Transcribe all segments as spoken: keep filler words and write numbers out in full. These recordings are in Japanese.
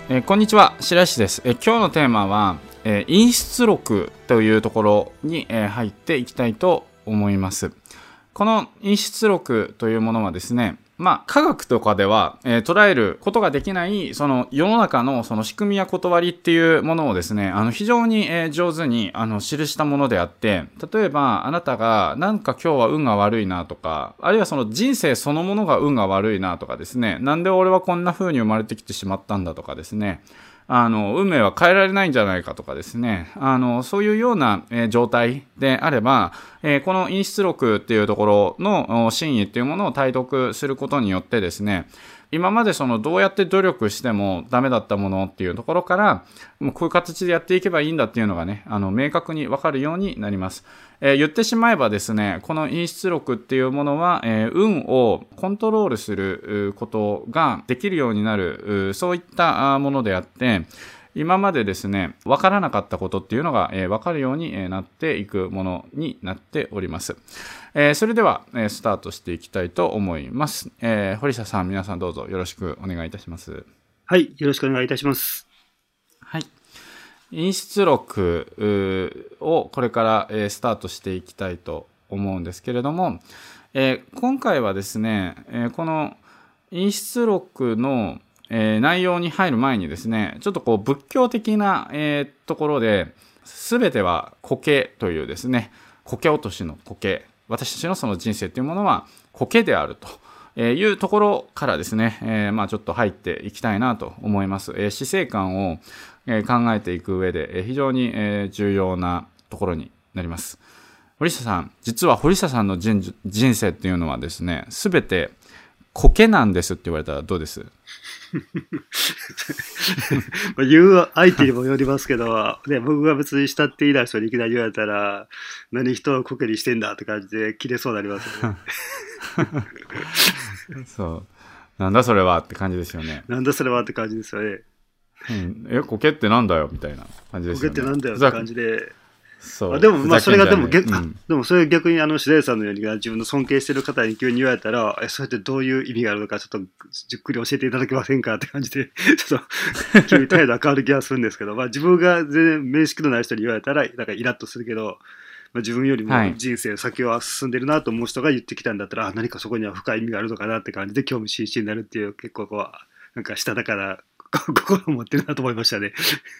えー、こんにちは、白石です。えー、今日のテーマは、えー、陰出録というところに、えー、入っていきたいと思います。この陰出録というものはですね、まあ科学とかでは、えー、捉えることができないその世の中のその仕組みや断りっていうものをですね、あの非常に、えー、上手にあの記したものであって、例えばあなたがなんか今日は運が悪いなとか、あるいはその人生そのものが運が悪いなとかですね、なんで俺はこんな風に生まれてきてしまったんだとかですね、あの運命は変えられないんじゃないかとかですね、あのそういうような、えー、状態であれば、えー、この陰出録っていうところの真意っていうものを体得することによってですね、今までそのどうやって努力してもダメだったものっていうところから、もうこういう形でやっていけばいいんだっていうのがね、あの明確に分かるようになります。えー、言ってしまえばですね、この陰出録っていうものは、えー、運をコントロールすることができるようになる、そういったものであって、今までですね、分からなかったことっていうのが、えー、分かるようになっていくものになっております。えー、それでは、えー、スタートしていきたいと思います。えー、堀下さん、皆さんどうぞよろしくお願いいたします。 はい、よろしくお願いいたします。 はい。陰出録をこれから、えー、スタートしていきたいと思うんですけれども、えー、今回はですね、えー、この陰出録のえー、内容に入る前にですね、ちょっとこう仏教的な、えー、ところで、すべては苔というですね、苔落としの苔、私たちのその人生というものは苔であるというところからですね、えー、まあちょっと入っていきたいなと思います。えー、死生観を、えー、考えていく上で、えー、非常に、えー、重要なところになります。堀下さん、実は堀下さんの 人, 人生っていうのはですね、すべて苔なんですって言われたらどうです？ 言う相手にもよりますけど、ね、僕が別に慕っていない人にいきなり言われたら、何人をコケにしてんだって感じで切れそうになりますよね。 そう。なんだそれはって感じですよね。 なんだそれはって感じですよね。 うん、え、コケってなんだよみたいな感じですよね。 コケってなんだよって感じで。 そうあでもまあそれがでも逆、 うん、 でもそれ逆にあの白井さんのように自分の尊敬してる方に急に言われたら、えそれってどういう意味があるのかちょっとじっくり教えていただけませんかって感じでちょっと急に態度が変わる気がするんですけど、まあ自分が全然面識のない人に言われたらなんかイラッとするけど、まあ、自分よりも人生先は進んでるなと思う人が言ってきたんだったら、はい、あ何かそこには深い意味があるのかなって感じで興味津々になるっていう、結構こうなんか下だから心を持ってるなと思いましたね。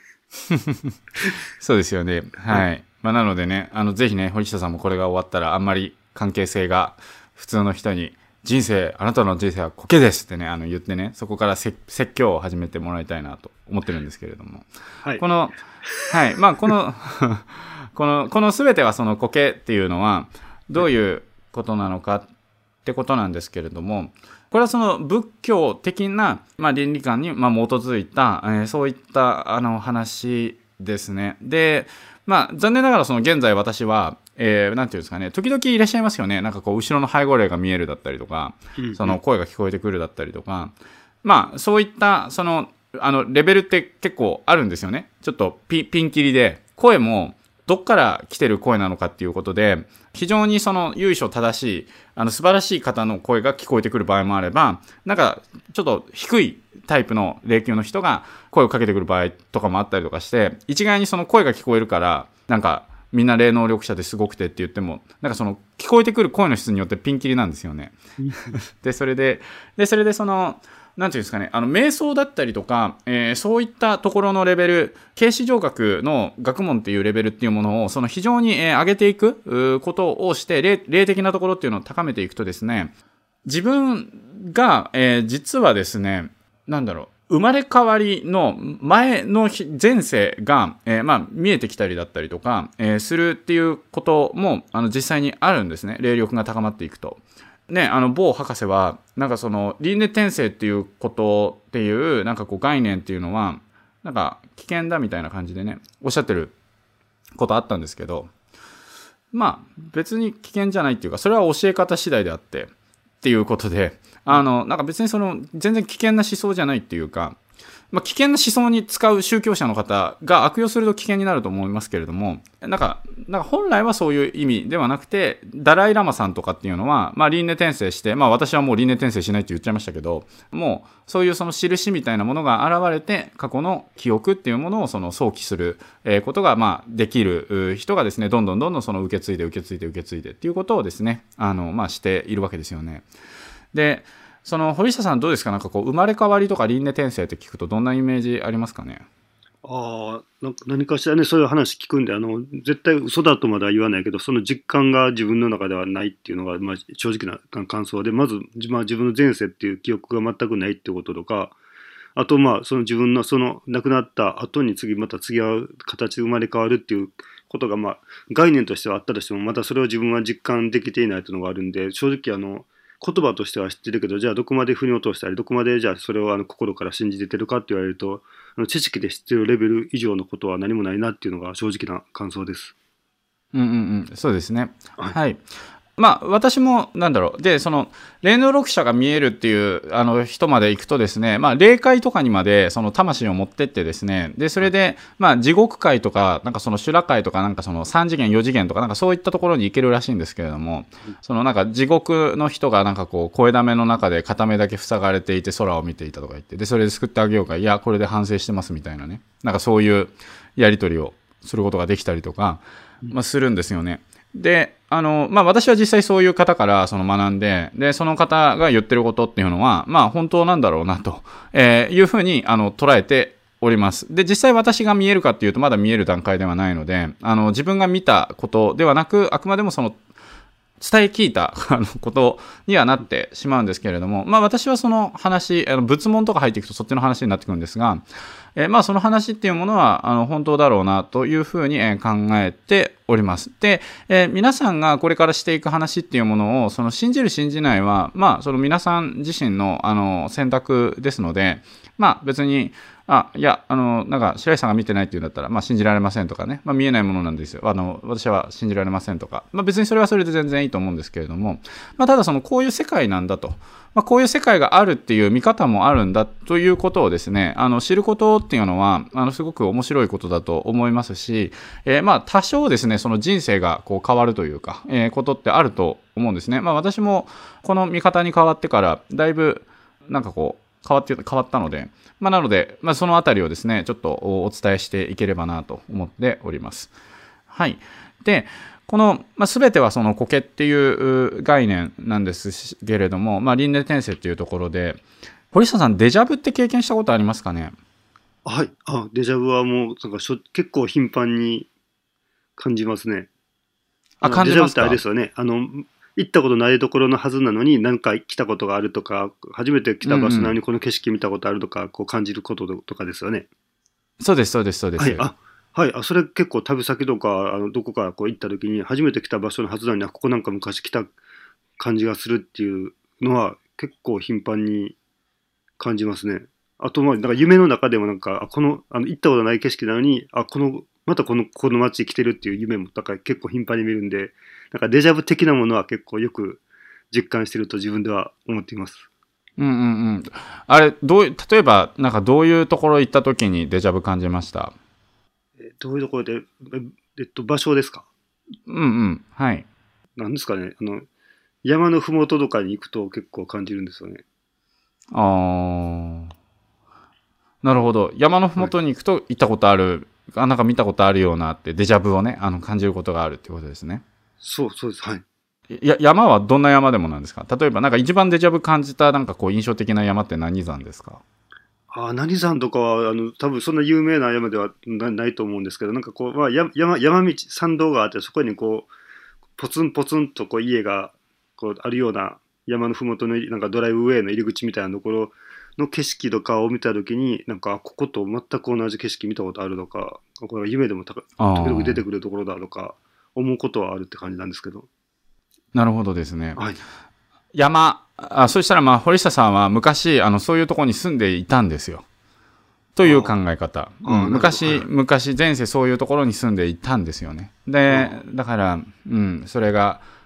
そうですよね。はい。はい、まあ、なのでね、あのぜひね、堀下さんもこれが終わったらあんまり関係性が普通の人に人生、あなたの人生は苔ですってね、あの言ってね、そこから説教を始めてもらいたいなと思ってるんですけれども、 はい、 このはい、まあこのこのこの全てはその苔っていうのはどういうことなのかってことなんですけれども、これはその仏教的な、まあ、倫理観に、まあ、基づいた、えー、そういったあの話ですね。で、まあ、残念ながらその現在私は、えー、なんていうんですかね、時々いらっしゃいますよね。なんかこう後ろの背後霊が見えるだったりとか、うんうん、その声が聞こえてくるだったりとか、まあそういったそのあのレベルって結構あるんですよね。ちょっと ピ, ピンキリで声もどっから来てる声なのかっていうことで、非常にその由緒正しい、あの素晴らしい方の声が聞こえてくる場合もあれば、なんかちょっと低いタイプの霊柩の人が声をかけてくる場合とかもあったりとかして、一概にその声が聞こえるから、なんかみんな霊能力者ですごくてって言っても、なんかその聞こえてくる声の質によってピンキリなんですよね。で、それで、で、それでその、なんていうんですかね、あの瞑想だったりとか、えー、そういったところのレベル、形式上学の学問っていうレベルっていうものをその非常に、えー、上げていくことをして霊、霊的なところっていうのを高めていくとですね、自分が、えー、実はですね、なんだろう、生まれ変わりの前の前世が、えーまあ、見えてきたりだったりとか、えー、するっていうこともあの実際にあるんですね。霊力が高まっていくと。ね、あの某博士はなんかその輪廻転生っていうことっていうなんかこう概念っていうのはなんか危険だみたいな感じでねおっしゃってることあったんですけど、まあ別に危険じゃないっていうか、それは教え方次第であってっていうことで、あのなんか別にその全然危険な思想じゃないっていうか、 まあ、危険な思想に使う宗教者の方が悪用すると危険になると思いますけれども、なんか、なんか本来はそういう意味ではなくて、ダライラマさんとかっていうのは、まあ、輪廻転生して、まあ、私はもう輪廻転生しないって言っちゃいましたけど、もうそういうその印みたいなものが現れて、過去の記憶っていうものをその想起することがまあできる人がですね、どんどんどんどんその受け継いで受け継いで受け継いでっていうことをですね、あのまあしているわけですよね。で、その堀下さんどうですか？なんかこう生まれ変わりとか輪廻転生って聞くとどんなイメージありますかね？ ああ、なんか何かしらね、そういう話聞くんで、あの、絶対嘘だとまでは言わないけど、その実感が自分の中ではないっていうのが、まあ、正直な感想で、まず、まあ、自分の前世っていう記憶が全くないってこととか、あと、まあ、その自分のその亡くなった後に次、また次は形で生まれ変わるっていうことが、まあ、概念としてはあったとしても、またそれを自分は実感できていないというのがあるんで、正直、あの、言葉としては知ってるけど、じゃあどこまで腑に落としたり、どこまでじゃあそれをあの心から信じててるかって言われると、あの知識で知ってるレベル以上のことは何もないなっていうのが正直な感想です。 うんうんうん、そうですね。 はい。 はい。まあ私もなんだろう。で、その霊能力者が見えるっていうあの人まで行くとですね、まあ霊界とかにまでその魂を持ってってですね、で、それでまあ地獄界とか、なんかその修羅界とか、なんかそのさん次元よ次元とか、なんかそういったところに行けるらしいんですけれども、そのなんか地獄の人がなんかこう声だめの中で片目だけ塞がれていて空を見ていたとか言って、で、それで救ってあげようか、いや、これで反省してますみたいなね、なんかそういうやり取りをすることができたりとか、まあするんですよね。で、あの、まあ、私は実際そういう方からその学んで、で、その方が言ってることっていうのは、まあ、本当なんだろうなと、えー、いうふうに、あの、捉えております。で、実際私が見えるかっていうと、まだ見える段階ではないので、あの、自分が見たことではなく、あくまでもその、伝え聞いたことにはなってしまうんですけれども、まあ私はその話、あの仏門とか入っていくとそっちの話になってくるんですが、えー、まあその話っていうものはあの本当だろうなというふうに考えております。で、えー、皆さんがこれからしていく話っていうものをその信じる信じないは、まあその皆さん自身のあの選択ですので、まあ別にあ、いや、あの、なんか、白石さんが見てないっていうんだったら、まあ、信じられませんとかね、まあ、見えないものなんですよ。あの、私は信じられませんとか、まあ、別にそれはそれで全然いいと思うんですけれども、まあ、ただ、その、こういう世界なんだと、まあ、こういう世界があるっていう見方もあるんだということをですね、あの、知ることっていうのは、あの、すごく面白いことだと思いますし、えー、まあ、多少ですね、その人生がこう変わるというか、えー、ことってあると思うんですね。まあ、私も、この見方に変わってから、だいぶ、なんかこう、変わって、変わったので、まあ、なので、まあ、そのあたりをですね、ちょっとお伝えしていければなと思っております。はい。で、この、まあ、全てはその苔っていう概念なんですけれども、まあ、輪廻転生っていうところで、堀下さん、デジャブって経験したことありますかね？ はい。あ、デジャブはもう、なんかしょ結構頻繁に感じますね。 あ、感じますか？ デジャブってあれですよね。あの、行ったことないところのはずなのに何か来たことがあるとか、初めて来た場所なのにこの景色見たことあるとか、うんうん、こう感じることとかですよね。 そうです、そうです、そうです。 はい、あ、はい、あ、それ結構旅先とか、あのどこかこう行った時に初めて来た場所のはずなのに、あ、ここなんか昔来た感じがするっていうのは結構頻繁に感じますね。あと、まあ、なんか夢の中でもなんか、あ、この、あの行ったことない景色なのに、あ、この、またこの、この街に来てるっていう夢も、だから結構頻繁に見るんで、なんかデジャブ的なものは結構よく実感してると自分では思っています。 うんうんうん。あれ、どう、例えば、なんかどういうところ行った時にデジャブ感じました？ えどういうところで、えっと、場所ですか？ うんうん。はい。 なんですかね。あの、山のふもととかに行くと結構感じるんですよね。 あー。なるほど。山のふもとに行くと行ったことある、はい、なんか見たことあるようなって、デジャブをね、あの感じることがあるってことですね。 そう、そうです。はい。 や山はどんな山でもなんですか？例えばなんか一番デジャブ感じたなんかこう印象的な山って何山ですか？ あ、何山とかはあの多分そんな有名な山では な, ないと思うんですけど、なんかこう、まあ、山, 山道山道があって、そこにこうポツンポツンとこう家がこうあるような山のふもとのなんかドライブウェイの入り口みたいなところの景色とかを見たときに、なんかここと全く同じ景色見たことあるとか、これ夢でもた時々出てくるところだとか思うことはあるって感じなんですけど。 なるほどですね。 はい、 山、あ、そしたらまあ堀下さんは昔あのそういうところに住んでいたんですよ。という考え方。うん、昔、昔前世そういうところに住んでいたんですよね。で、だから、うん、それが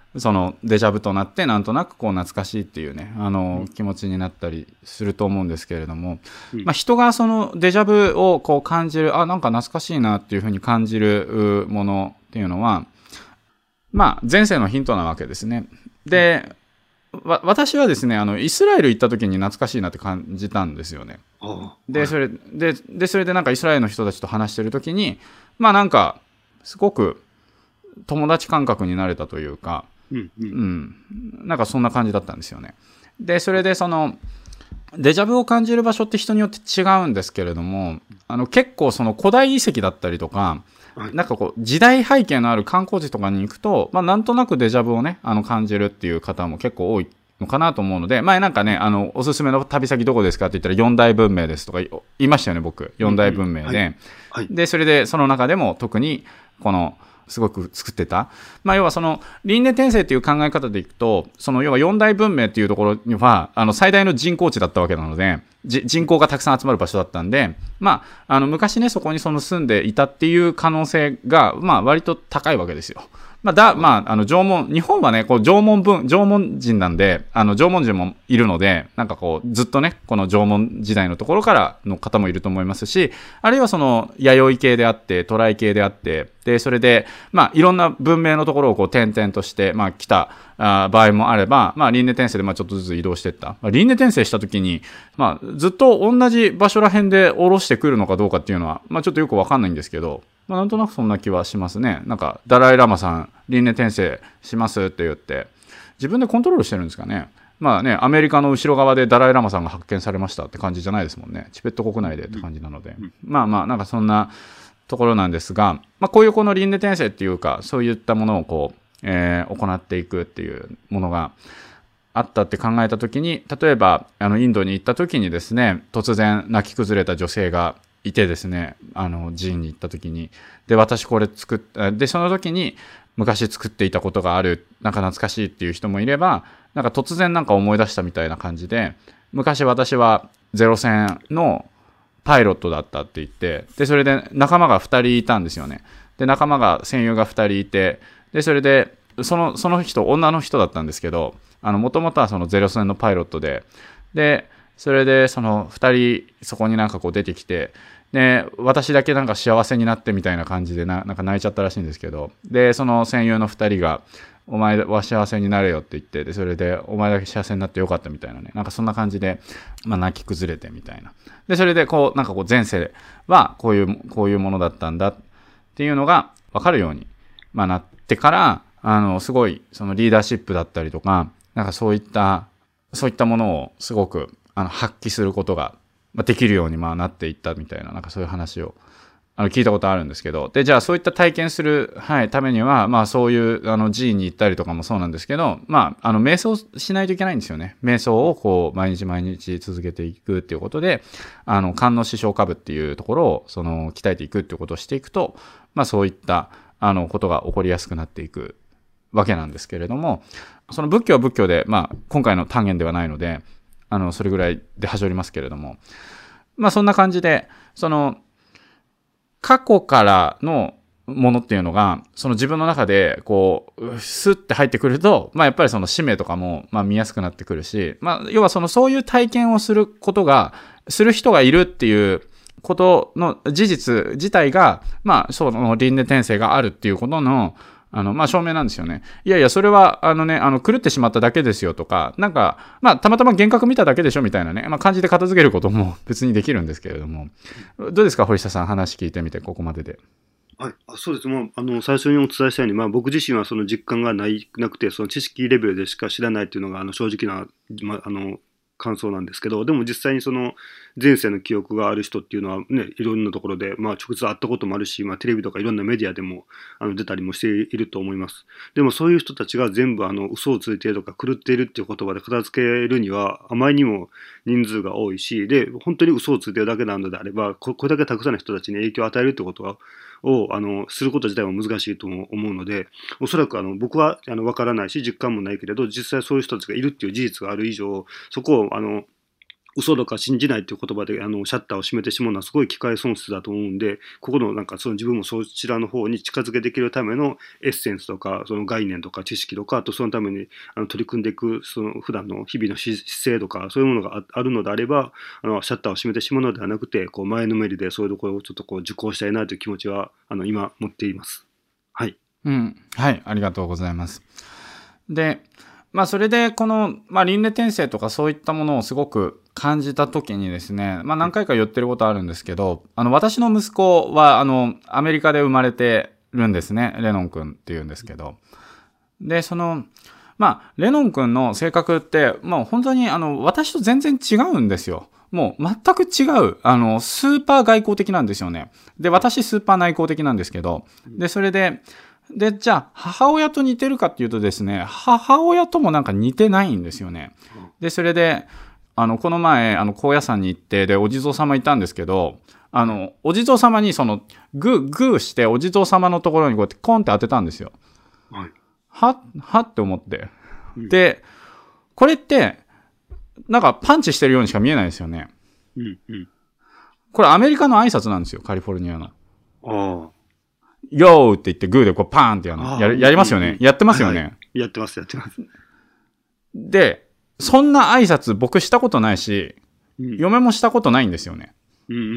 そのデジャブとなってなんとなくこう懐かしいっていうねあの気持ちになったりすると思うんですけれども、 うんまあ、人がそのデジャブをこう感じるあなんか懐かしいなっていうふうに感じるものっていうのはまあ前世のヒントなわけですね。でわ私はですねあのイスラエル行った時に懐かしいなって感じたんですよね。 ああでそれででそれでなんかイスラエルの人たちと話してる時にまあなんかすごく友達感覚になれたというか、 うんうんうん、なんかそんな感じだったんですよね。でそれでそのデジャブを感じる場所って人によって違うんですけれどもあの結構その古代遺跡だったりとかはいなんかこう時代背景のある観光地とかに行くと、まあ、なんとなくデジャブをねあの感じるっていう方も結構多いのかなと思うので前なんかねあのおすすめの旅先どこですかって言ったらよん大文明ですとか言いましたよね僕よん大文明で、 うんうんはいはいでそれでその中でも特にこのすごく作ってた、まあ、要はその輪廻転生っていう考え方でいくとその要はよん大文明っていうところにはあの最大の人口地だったわけなのでじ人口がたくさん集まる場所だったんで、まあ、あの昔ねそこにその住んでいたっていう可能性が、まあ、割と高いわけですよ。まあだまあ、あの縄文日本はねこう縄文文縄文人なんであの縄文人もいるのでなんかこうずっとねこの縄文時代のところからの方もいると思いますしあるいはその弥生系であって渡来系であってでそれでまあいろんな文明のところをこう転々としてまあ来たあ場合もあればまあ輪廻転生でまあちょっとずつ移動していった、まあ、輪廻転生した時にまあずっと同じ場所ら辺で下ろしてくるのかどうかっていうのはまあちょっとよくわかんないんですけど。まあ、なんとなくそんな気はしますね。なんかダライラマさん輪廻転生しますって言って自分でコントロールしてるんですかね。まあねアメリカの後ろ側でダライラマさんが発見されましたって感じじゃないですもんね。チベット国内でって感じなので、うんうん、まあまあなんかそんなところなんですが、まあ、こういうこの輪廻転生っていうかそういったものをこう、えー、行っていくっていうものがあったって考えた時に例えばあのインドに行った時にですね突然泣き崩れた女性がいてですねあの寺院に行った時にで私これ作っでその時に昔作っていたことがあるなんか懐かしいっていう人もいればなんか突然なんか思い出したみたいな感じで昔私はゼロ戦のパイロットだったって言ってでそれで仲間がふたりいたんですよね。で仲間が戦友がふたりいてでそれでそのその人女の人だったんですけどもともとはそのゼロ戦のパイロットででそれでそのふたりそこになんかこう出てきてで私だけなんか幸せになってみたいな感じで な, なんか泣いちゃったらしいんですけどでその戦友のふたりがお前は幸せになれよって言ってでそれでお前だけ幸せになってよかったみたいなねなんかそんな感じで、まあ、泣き崩れてみたいなでそれでこうなんかこう前世はこういうこういうものだったんだっていうのが分かるように、まあ、なってからあのすごいそのリーダーシップだったりとかなんかそういったそういったものをすごくあの発揮することができるようにまあなっていったみたいななんかそういう話をあの聞いたことあるんですけどでじゃあそういった体験する、はい、ためにはまあそういうあの寺院に行ったりとかもそうなんですけどまああの瞑想しないといけないんですよね。瞑想をこう毎日毎日続けていくっていうことであの観音師匠下部っていうところをその鍛えていくっていうことをしていくとまあそういったあのことが起こりやすくなっていくわけなんですけれどもその仏教は仏教でまあ今回の単元ではないのであのそれぐらいで端折りますけれどもまあそんな感じでその過去からのものっていうのがその自分の中でこうスッて入ってくるとまあやっぱりその使命とかもまあ見やすくなってくるしまあ要はそのそういう体験をすることがする人がいるっていうことの事実自体がまあその輪廻転生があるっていうことのあの、まあ、証明なんですよね。いやいや、それは、あのね、あの、狂ってしまっただけですよとか、なんか、まあ、たまたま幻覚見ただけでしょみたいなね、まあ、感じで片付けることも別にできるんですけれども。どうですか、堀下さん、話聞いてみて、ここまでで。 はい、あそうです。もう、あの、最初にお伝えしたように、まあ、僕自身はその実感がない、なくて、その知識レベルでしか知らないっていうのが、あの、正直な、まあ、あの、感想なんですけど、でも実際にその前世の記憶がある人っていうのはね、いろんなところで、まあ、直接会ったこともあるし、まあ、テレビとかいろんなメディアでもあの出たりもしていると思います。でもそういう人たちが全部あの嘘をついているとか狂っているっていう言葉で片付けるにはあまりにも人数が多いし、で本当に嘘をついているだけなのであれば、これだけたくさんの人たちに影響を与えるってことはをあのすること自体は難しいと思うので、おそらくあの僕はあの分からないし実感もないけれど、実際そういう人たちがいるっていう事実がある以上、そこをあの嘘とか信じないっていう言葉であのシャッターを閉めてしまうのはすごい機会損失だと思うんで、ここのなんかその自分もそちらの方に近づけていけるためのエッセンスとかその概念とか知識とか、あとそのためにあの取り組んでいくその普段の日々の姿勢とかそういうものが あ, あるのであれば、あのシャッターを閉めてしまうのではなくて、こう前のめりでそういうところをちょっとこう受講したいなという気持ちはあの今持っています。はい、 うん、はい、ありがとうございます。で、まあそれでこの、まあ、輪廻転生とかそういったものをすごく感じた時にですね、まあ何回か言ってることあるんですけど、あの私の息子はあのアメリカで生まれてるんですね。レノン君っていうんですけど。で、その、まあレノン君の性格って、まあ本当にあの私と全然違うんですよ。もう全く違う、あの、スーパー外交的なんですよね。で、私スーパー内向的なんですけど、で、それで、で、じゃあ、母親と似てるかっていうとですね、母親ともなんか似てないんですよね。で、それで、あの、この前、あの、高野山に行って、で、お地蔵様いたんですけど、あの、お地蔵様にその、グー、グーして、お地蔵様のところにこうやってコンって当てたんですよ。 はい、 ははって思って。で、これって、なんかパンチしてるようにしか見えないですよね。 うんうん、 これアメリカの挨拶なんですよ、カリフォルニアの。 ああ。 ヨーって言ってグーでこうパーンってやるの。やる、やりますよね、うんうん。やってますよね、はいはい。 やってます、やってます。 で、そんな挨拶僕したことないし、うん、嫁もしたことないんですよね。うんうん、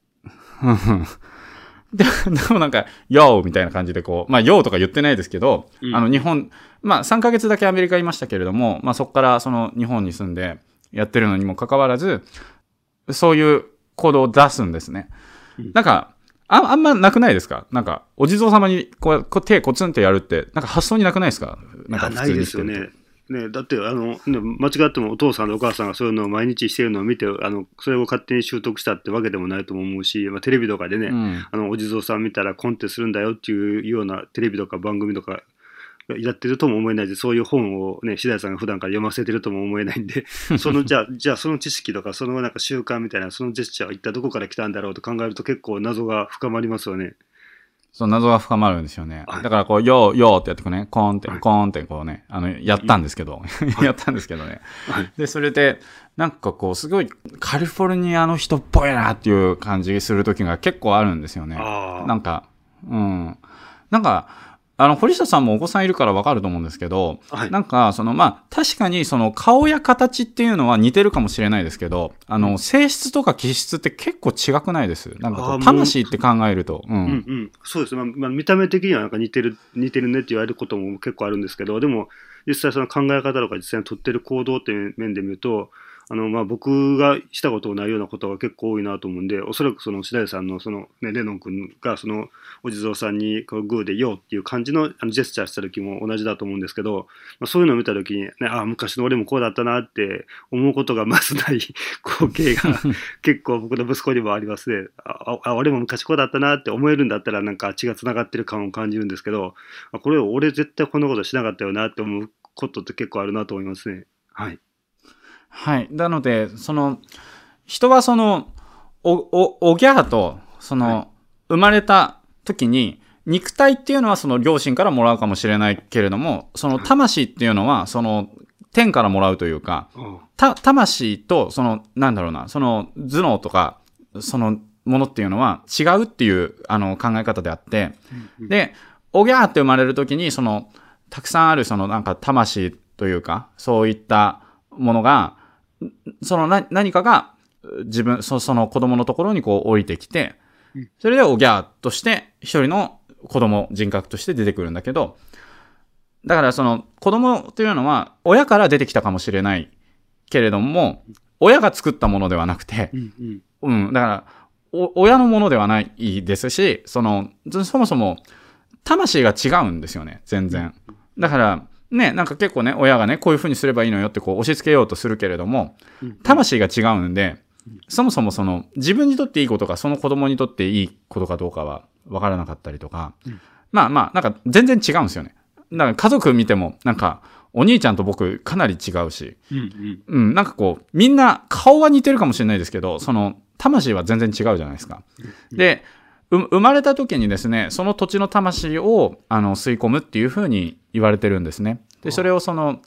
で, でもなんか、ヨーみたいな感じでこう、まあ、ヨーとか言ってないですけど、うん、あの日本、まあさんかげつだけアメリカいましたけれども、まあそこからその日本に住んでやってるのにもかかわらず、そういう行動を出すんですね。うん、なんか、あ, あんまなくないですか？なんか、お地蔵様にこうこう手コツンってやるって、なんか発想になくないですか？なんか普通にしてると。 ないですよね。ね、だってあの間違ってもお父さんとお母さんがそういうのを毎日しているのを見て、あのそれを勝手に習得したってわけでもないと思うし、まあ、テレビとかでね、うん、あのお地蔵さん見たらコンテするんだよっていうようなテレビとか番組とかやってるとも思えないし、そういう本をね、白井さんが普段から読ませてるとも思えないんで、そのじゃあ、じゃあその知識とかそのなんか習慣みたいな、そのジェスチャーは一体どこから来たんだろうと考えると結構謎が深まりますよね。 そう、謎が深まるんですよね。はい、だからこう、ヨー、ヨーってやってこうね、コーンって、コーンってこうね、あの、やったんですけど、はい、やったんですけどね。はい、で、それで、なんかこう、すごいカリフォルニアの人っぽいなっていう感じする時が結構あるんですよね。なんか、うん。なんか、あの、堀下さんもお子さんいるからわかると思うんですけど、はい、なんか、その、まあ、確かにその顔や形っていうのは似てるかもしれないですけど、あの、性質とか気質って結構違くないです。なんかこう、魂って考えると。うん。うんうん。 そうですね。まあ、まあ、見た目的にはなんか似てる、似てるねって言われることも結構あるんですけど、でも、実際その考え方とか実際に取ってる行動っていう面で見ると、あのまあ僕がしたことないようなことが結構多いなと思うんで、おそらくその白井さんのその、ね、レノン君がそのお地蔵さんにこうグーで「よ」っていう感じのあのジェスチャーした時も同じだと思うんですけど、まあ、そういうのを見た時に、ね、ああ昔の俺もこうだったなって思うことがまずない光景が結構僕の息子にもありますね。ああ俺も昔こうだったなって思えるんだったらなんか血がつながってる感を感じるんですけど、これを俺絶対こんなことしなかったよなって思うことって結構あるなと思いますね。はい。 はい。なので、その、人はその、お、お、おぎゃーと、その、はい、生まれた時に、肉体っていうのはその両親からもらうかもしれないけれども、その魂っていうのは、その、天からもらうというか、た、魂と、その、なんだろうな、その、頭脳とか、そのものっていうのは違うっていう、あの、考え方であって、うんうん、で、おぎゃーって生まれる時に、その、たくさんある、その、なんか、魂というか、そういったものが、そのな何かが自分 そ, その子供のところにこう降りてきて、それでおぎゃーとして一人の子供人格として出てくるんだけど、だからその子供というのは親から出てきたかもしれないけれども、親が作ったものではなくて、うんうん、だからお親のものではないですし、そのそもそも魂が違うんですよね、全然。だからね、なんか結構ね、親がね、こういう風にすればいいのよってこう押し付けようとするけれども、魂が違うんで、そもそもその自分にとっていいことか、その子供にとっていいことかどうかは分からなかったりとか、うん、まあまあ、なんか全然違うんですよね。だから家族見ても、なんか、お兄ちゃんと僕かなり違うし、うん、うん、なんかこう、みんな顔は似てるかもしれないですけど、その魂は全然違うじゃないですか。で、生まれた時にですね、その土地の魂をあの吸い込むっていう風に言われてるんですね。で、それをその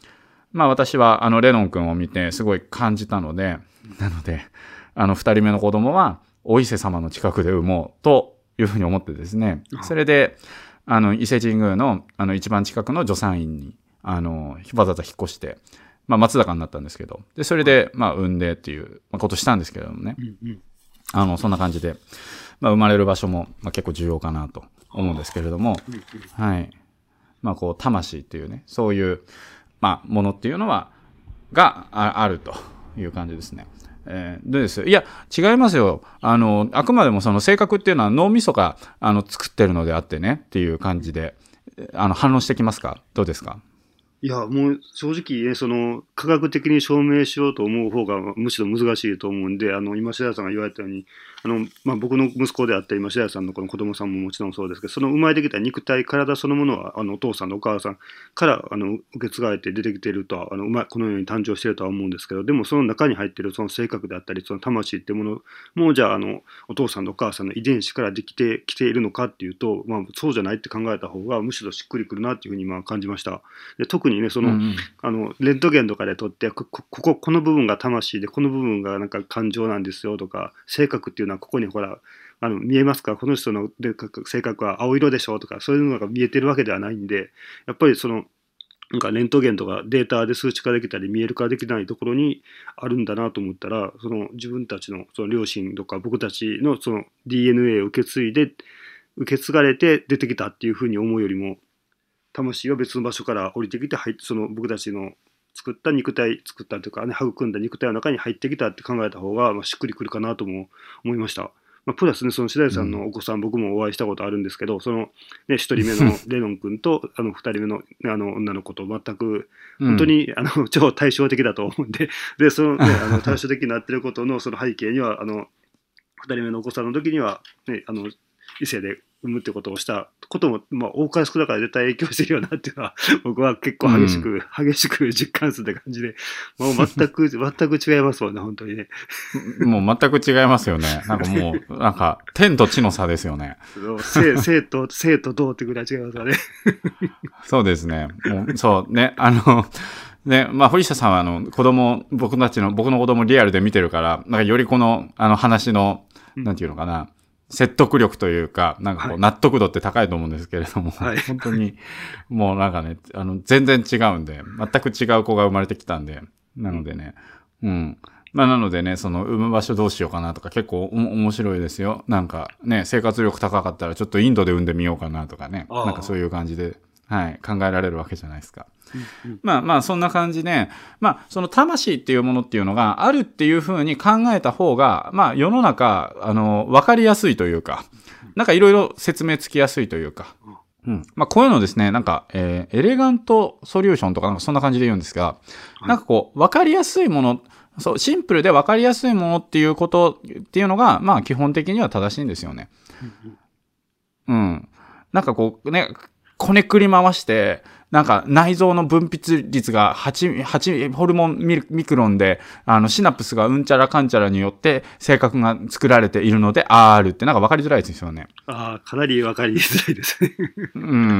まあ私はあのレノン君を見てすごい感じたので、なのであのふたりめの子供はお伊勢様の近くで産もうというふうに思ってですね、それであの伊勢神宮のあの一番近くの助産院にあのわざわざ引っ越して、まあ、松坂になったんですけど、でそれでまあ産んでっていうことしたんですけれどもね、うんうん、あのそんな感じで、まあ、生まれる場所もまあ結構重要かなと思うんですけれども、はい、まあこう魂っていうね、そういうまあものっていうのはが あ, あるという感じですね。えー、でですいや違いますよ、あのあくまでもその性格っていうのは脳みそがあの作ってるのであってねっていう感じであの反応してきますか？どうですか？ いや、もう正直ね、その科学的に証明しようと思う方がむしろ難しいと思うんで、あの今白谷さんが言われたように、あのまあ、僕の息子であった今白谷さんのこの子供さんももちろんそうですけど、その生まれてきた肉体、体そのものはあのお父さんとお母さんからあの受け継がれて出てきているとは、あのまこのように誕生しているとは思うんですけど、でもその中に入っているその性格であったり、その魂っていうものもじゃあ、あのお父さんとお母さんの遺伝子からできてきているのかっていうと、まあ、そうじゃないって考えた方がむしろしっくりくるなっていうふうにまあ感じました。で特にねその、うんうんあのレントゲンとかで撮ってここここの部分が魂でこの部分がなんか感情なんですよとか、性格っていうのはここにほらあの見えますか、この人の性格は青色でしょとか、そういうのが見えてるわけではないんで、やっぱりそのなんかレントゲンとかデータで数値化できたり見える化できないところにあるんだなと思ったら、その自分たちのその両親とか僕たちのその ディーエヌエー を受け継いで受け継がれて出てきたっていうふうに思うよりも、魂が別の場所から降りてきて入ってその僕たちの作った肉体作ったというかね育んだ肉体の中に入ってきたって考えた方がまあしっくりくるかなとも思いました。まあ、プラスねその白井さんのお子さん、うん、僕もお会いしたことあるんで、そのねひとりめのレノン君とあのふたりめのあの女の子と全く本当に、うん、あの超対照的だと思うんで、でその、ね、あの対照的になってることのその背景にはあのふたりめのお子さんの時には、ね、あの異性で産むってことをしたことも、まあ、多かれ少なかれ絶対影響してるよなっていうのは僕は結構激しく、うん、激しく実感するって感じで、もう全く全く違いますもんね本当にね。 もう全く違いますよね。なんかもうなんか天と地の差ですよね。 生生と生と同ってぐらい違いますよね。 そうですね。もうそうねあのねまあ堀下さんはあの子供僕たちの僕の子供リアルで見てるから、なんかよりこのあの話のなんていうのかな。うん説得力というか、なんかこう納得度って高いと思うんですけれども、はい、本当にもうなんかね、あの全然違うんで、全く違う子が生まれてきたんで、なのでね、うん。まあなのでね、その産む場所どうしようかなとか結構お面白いですよ。なんかね、生活力高かったらちょっとインドで産んでみようかなとかね、なんかそういう感じで、はい、考えられるわけじゃないですか。うんうん、まあまあそんな感じで、まあその魂っていうものっていうのがあるっていうふうに考えた方が、まあ世の中、あの、わかりやすいというか、なんかいろいろ説明つきやすいというか、うん。まあこういうのですね、なんか、えー、エレガントソリューションとかなんかそんな感じで言うんですが、なんかこう、わかりやすいもの、そう、シンプルでわかりやすいものっていうことっていうのが、まあ基本的には正しいんですよね。うん。なんかこうね、こねくり回して、なんか内臓の分泌率がはち、はちホルモンミクロンで、あのシナプスがうんちゃらかんちゃらによって性格が作られているので R ってなんか分かりづらいですよね。 ああ、かなり分かりづらいですね。 うん、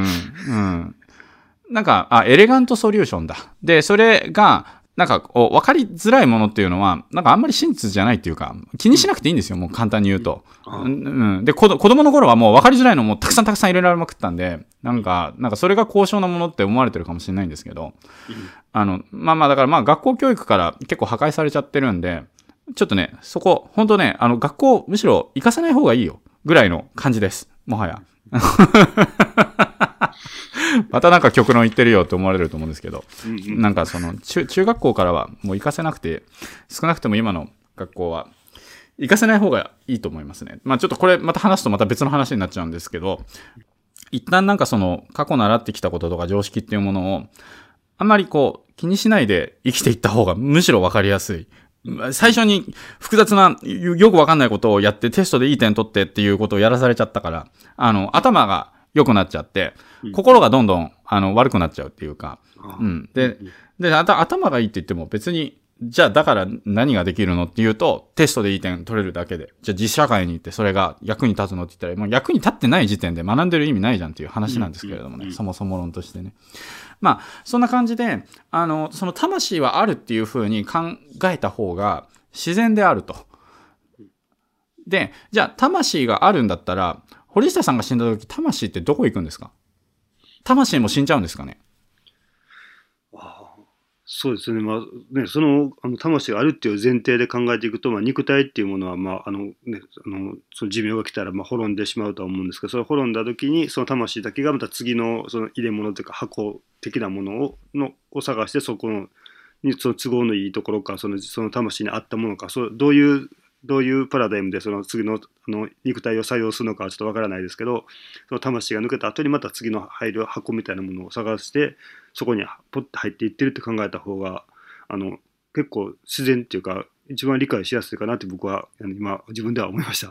うん。なんか、あ、エレガントソリューションだ。で、それが、なんかこう分かりづらいものっていうのはなんかあんまり真実じゃないっていうか気にしなくていいんですよ、もう簡単に言うと、うんうん、で子供の頃はもう分かりづらいのもたくさんたくさん入れられまくったんでなんかなんかそれが高尚なものって思われてるかもしれないんですけど、うん、あのまあまあだからまあ学校教育から結構破壊されちゃってるんでちょっとねそこ本当ねあの学校むしろ行かせない方がいいよぐらいの感じですもはや。またなんか極論言ってるよって思われると思うんですけど、うんうん、なんかその 中, 中学校からはもう行かせなくて少なくとも今の学校は行かせない方がいいと思いますね。まあちょっとこれまた話すとまた別の話になっちゃうんですけど、一旦なんかその過去習ってきたこととか常識っていうものをあんまりこう気にしないで生きていった方がむしろ分かりやすい。最初に複雑なよく分かんないことをやってテストでいい点取ってっていうことをやらされちゃったからあの頭が良くなっちゃって、心がどんどんあの悪くなっちゃうっていうか、うん、で、で、あた頭がいいって言っても別に、じゃあだから何ができるのっていうと、テストでいい点取れるだけで、じゃあ実社会に行ってそれが役に立つのって言ったら、もう役に立ってない時点で学んでる意味ないじゃんっていう話なんですけれどもね、そもそも論としてね。 まあそんな感じで、あのその魂はあるっていうふうに考えた方が自然であると。で、じゃあ魂があるんだったら、堀下さんが死んだ時、魂ってどこ行くんですか？魂も死んじゃうんですかね？ ああ、そうですね。まあね、その、あの魂があるっていう前提で考えていくと、まあ、肉体っていうものは、まあ、あのね、あの、その寿命が来たら、まあ、滅んでしまうとは思うんですけど、それ滅んだ時に、その魂だけがまた次の、その入れ物というか箱的なものを、の、を探して、そこの、に、その都合のいいところか、その、その魂に合ったものか、そう、どういう、どういうパラダイムでその次の、あの肉体を採用するのかはちょっとわからないですけど、その魂が抜けた後にまた次の入る箱みたいなものを探して、そこにポッと入っていってるって考えた方が、あの結構自然っていうか一番理解しやすいかなって僕は今自分では思いました。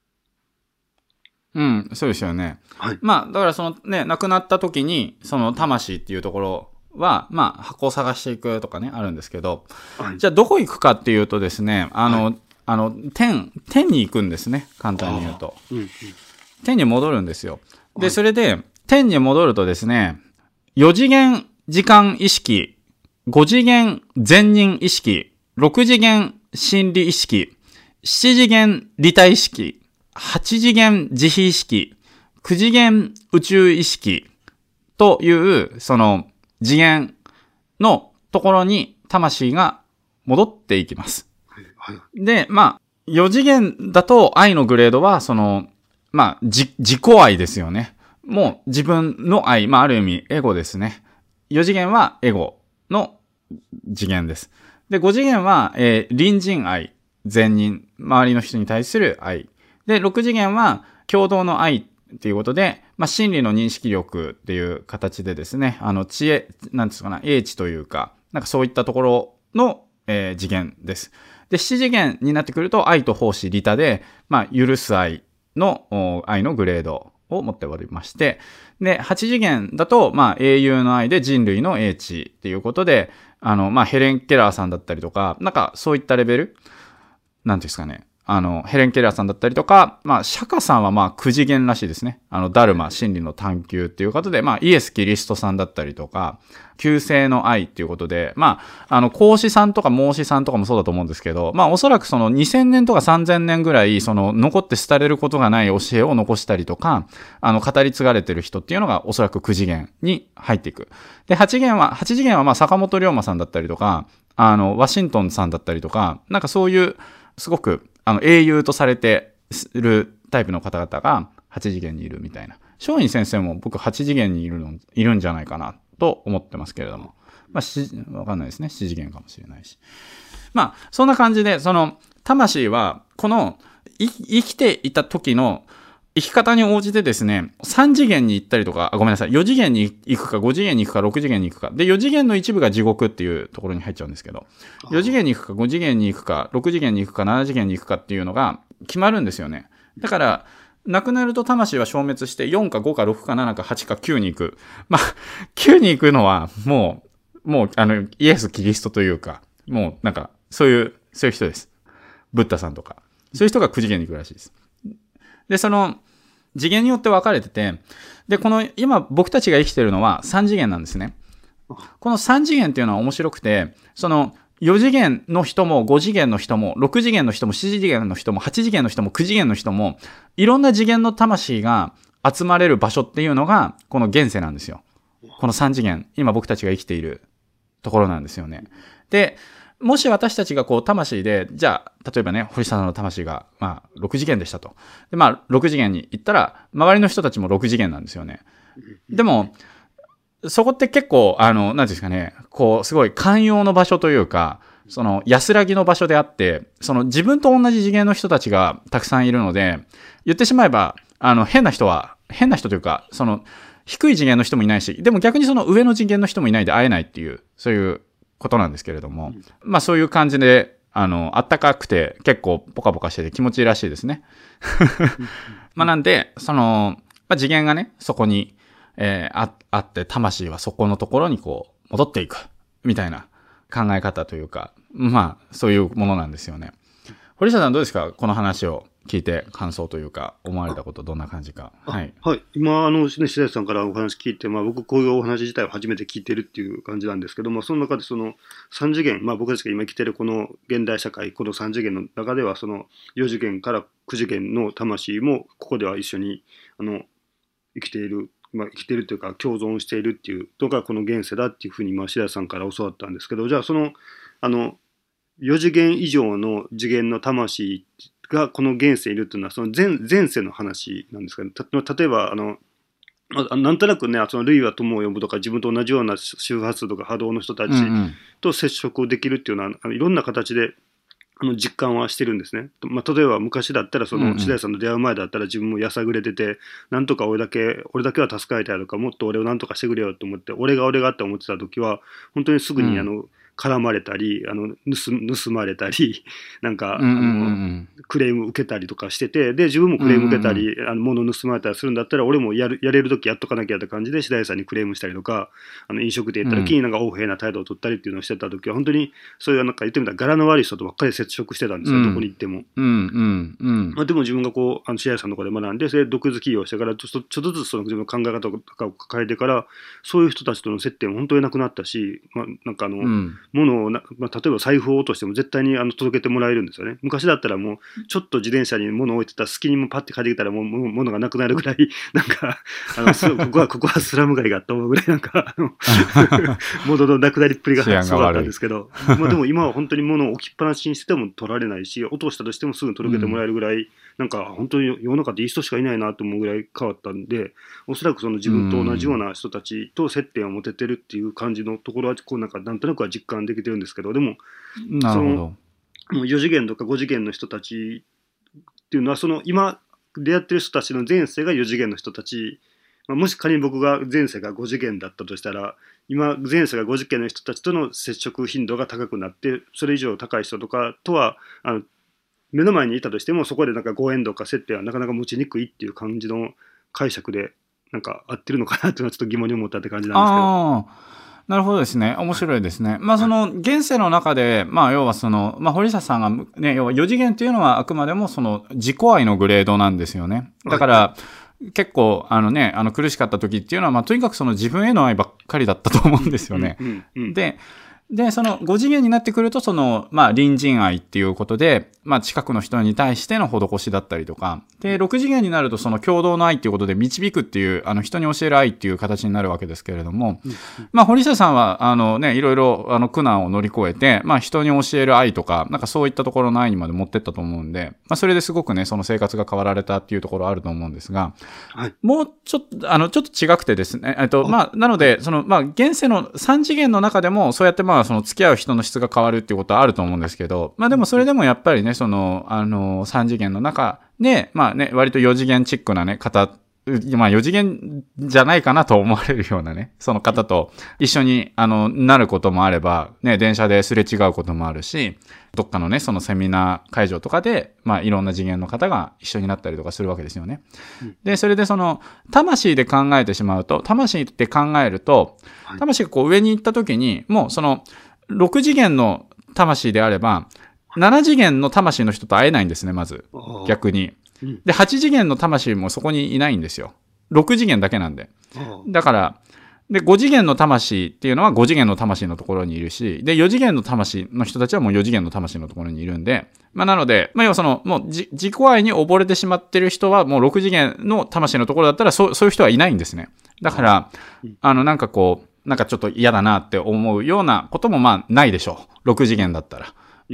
うん、そうですよね。 はい。 まあだからそのね、亡くなった時にその魂っていうところはまあ箱を探していくとかねあるんですけど、 はい。 じゃあどこ行くかっていうとですね、あの、 はい。 あの天天に行くんですね、簡単に言うと。 うんうん。 天に戻るんですよ。で、 はい。 それで天に戻るとですね、よ次元時間意識、ご次元前任意識、ろく次元心理意識、しち次元利他意識、はち次元慈悲意識、きゅう次元宇宙意識という、その次元のところに魂が戻っていきます。 はい。 で、まあ、よ次元だと愛のグレードは、その、まあ、じ、自己愛ですよね。もう自分の愛、まあ、ある意味エゴですね。よ次元はエゴの次元です。で、ご次元は、えー隣人愛、善人、周りの人に対する愛。で、ろく次元は共同の愛っていうことで、まあ、真理の認識力っていう形でですね、あの、知恵、なんですかな、英知というか、なんかそういったところの、えー次元です。で、しち次元になってくると愛と奉仕、利他で、まあ、許す愛のお愛のグレードを持っておりまして、で、はち次元だと、まあ、英雄の愛で人類の英知っていうことで、あの、まあ、ヘレン・ケラーさんだったりとか、なんかそういったレベルなんていうんですかね。あの、ヘレン・ケラーさんだったりとか、まあ、釈迦さんはまあ、く次元らしいですね。あの、ダルマ、真理の探求っていうことで、まあ、イエス・キリストさんだったりとか、救世の愛っていうことで、まあ、あの、孔子さんとか孟子さんとかもそうだと思うんですけど、まあ、おそらくそのにせんねんとかさんぜんねんぐらい、その、残って廃れることがない教えを残したりとか、あの、語り継がれてる人っていうのが、おそらくく次元に入っていく。で、はち次元は、はち次元はまあ、坂本龍馬さんだったりとか、あの、ワシントンさんだったりとか、なんかそういう、すごく、あの、英雄とされてるタイプの方々がはち次元にいるみたいな。松陰先生も僕はち次元にいるの、いるんじゃないかなと思ってますけれども。まあ、し、わかんないですね。しち次元かもしれないし。まあ、そんな感じで、その、魂は、この、い生きていた時の生き方に応じてですね、さん次元に行ったりとか、あ、ごめんなさい、よ次元に行くか、ご次元に行くか、ろく次元に行くか。で、よ次元の一部が地獄っていうところに入っちゃうんですけど、よ次元に行くか、ご次元に行くか、ろく次元に行くか、なな次元に行くかっていうのが決まるんですよね。だから、亡くなると魂は消滅してよんかごかろくかななかはちかきゅうに行く。まあ、きゅうに行くのはもう、もう、あの、イエス・キリストというか、もうなんか、そういう、そういう人です。ブッダさんとか。そういう人がきゅう次元に行くらしいです。で、その、次元によって分かれてて、で、この、今僕たちが生きてるのはさん次元なんですね。このさん次元っていうのは面白くて、その、よ次元の人もご次元の人もろく次元の人もしち次元の人もはち次元の人もきゅう次元の人もいろんな次元の魂が集まれる場所っていうのがこの現世なんですよ。このさん次元、今僕たちが生きているところなんですよね。で、もし私たちがこう魂で、じゃあ例えばね、堀下さんの魂がまあろく次元でしたと。で、まあろく次元に行ったら周りの人たちもろく次元なんですよね。でもそこって結構、あの、なんですかね、こう、すごい寛容の場所というか、その安らぎの場所であって、その自分と同じ次元の人たちがたくさんいるので、言ってしまえば、あの、変な人は、変な人というか、その、低い次元の人もいないし、でも逆にその上の次元の人もいないで会えないっていう、そういうことなんですけれども、まあそういう感じで、あの、あったかくて結構ポカポカしてて気持ちいいらしいですね。まあなんで、その、まあ次元がね、そこに、えー、あ, あって魂はそこのところにこう戻っていくみたいな考え方というか、まあそういうものなんですよね。堀下さんどうですか、この話を聞いて感想というか思われたことどんな感じか。はい。 はい。今、あの、ね、白石さんからお話聞いて、まあ僕こういうお話自体を初めて聞いてるっていう感じなんですけども、その中でそのさん次元、まあ僕たちが今生きてるこの現代社会、このさん次元の中ではそのよ次元からく次元の魂もここでは一緒に、あの、生きている、まあ生きているというか共存しているっていうのがこの現世だっていうふうに今白石さんから教わったんですけど、じゃあその、あの、よ次元以上の次元の魂がこの現世にいるというのはその 前, 前世の話なんですかね。た例えばあのなんとなくね、その類は友を呼ぶとか自分と同じような周波数とか波動の人たちと接触できるっていうのは、うんうん、いろんな形であの実感はしてるんですね。まあ、例えば昔だったらその白石さんの出会う前だったら自分もやさぐれてて、なんとか俺だけ俺だけは助かりたいとか、もっと俺をなんとかしてくれよと思って、俺が俺がって思ってた時は本当にすぐにあの、うん絡まれたり、あの 盗, 盗まれたり、なんか、うんうんうん、あのクレーム受けたりとかしてて、で自分もクレーム受けたり、うんうんうん、あの物盗まれたりするんだったら、俺もやるやれる時やっとかなきゃって感じで白石さんにクレームしたりとか、あの飲食店行った時になんか横柄な態度を取ったりっていうのをしてた時は、本当にそういうなんか言ってみたら柄の悪い人とばっかり接触してたんですよ、うん、どこに行っても。うんうんうんまあ、でも自分がこうあの白石さんのところで学んで、それで独自起業してからちょっとちょっとずつその自分の考え方とかを抱えてから、そういう人たちとの接点も本当になくなったし、まあ、なんかあの、うん、物をな、まあ例えば財布を落としても絶対にあの届けてもらえるんですよね。昔だったらもうちょっと自転車に物を置いてた隙にもパッて帰ってきたらもう物がなくなるぐらいなんかあのここはここはスラム街があったぐらいなんかあの物のなくなりっぷりがすごかったんですけど、まあでも今は本当に物を置きっぱなしにしても取られないし、落としたとしてもすぐ届けてもらえるぐらい、うん、なんか本当に世の中でいい人しかいないなと思うぐらい変わったんで、おそらくその自分と同じような人たちと接点を持ててるっていう感じのところはこうなんかなんとなくは実感できてるんですけど、でもなるほど。 もうよ次元とかご次元の人たちっていうのはその今出会ってる人たちの前世がよ次元の人たち、まあ、もし仮に僕が前世がご次元だったとしたら、今前世がご次元の人たちとの接触頻度が高くなって、それ以上高い人とかとはあの目の前にいたとしてもそこでなんかご縁とか接点はなかなか持ちにくいっていう感じの解釈でなんか合ってるのかなっていうのはちょっと疑問に思ったって感じなんですけど。 あなるほどですね。面白いですね。まあその現世の中で、まあ要はその、まあ堀下さんがね、要はよ次元っていうのはあくまでもその自己愛のグレードなんですよね。だから、結構あのね、あの苦しかった時っていうのは、まあとにかくその自分への愛ばっかりだったと思うんですよね。で、で、そのご次元になってくると、その、まあ、隣人愛っていうことで、まあ、近くの人に対しての施しだったりとか、で、ろく次元になると、その共同の愛っていうことで導くっていう、あの、人に教える愛っていう形になるわけですけれども、うんうん、まあ、堀下さんは、あのね、いろいろ、あの、苦難を乗り越えて、まあ、人に教える愛とか、なんかそういったところの愛にまで持ってったと思うんで、まあ、それですごくね、その生活が変わられたっていうところあると思うんですが、はい、もうちょっと、あの、ちょっと違くてですね、えっと、まあ、なので、その、まあ、現世のさん次元の中でも、そうやって、まあ、その付き合う人の質が変わるっていうことはあると思うんですけど、まあでもそれでもやっぱりね、その、あの、さん次元の中で、まあね、割とよ次元チックなね、方、まあよ次元じゃないかなと思われるようなね、その方と一緒に、あの、なることもあれば、ね、電車ですれ違うこともあるし、どっかのね、そのセミナー会場とかで、まあいろんな次元の方が一緒になったりとかするわけですよね。うん、で、それでその、魂で考えてしまうと、魂って考えると、魂がこう上に行った時に、もうその、ろく次元の魂であれば、なな次元の魂の人と会えないんですね、まず。逆に。で、はち次元の魂もそこにいないんですよ。ろく次元だけなんで。だから、で、ご次元の魂っていうのはご次元の魂のところにいるし、で、よ次元の魂の人たちはもうよ次元の魂のところにいるんで、まあなので、まあ要はその、もう自己愛に溺れてしまってる人はもうろく次元の魂のところだったら、そう、そういう人はいないんですね。だから、あの、なんかこう、なんかちょっと嫌だなって思うようなこともまあないでしょう。ろく次元だったら。うん。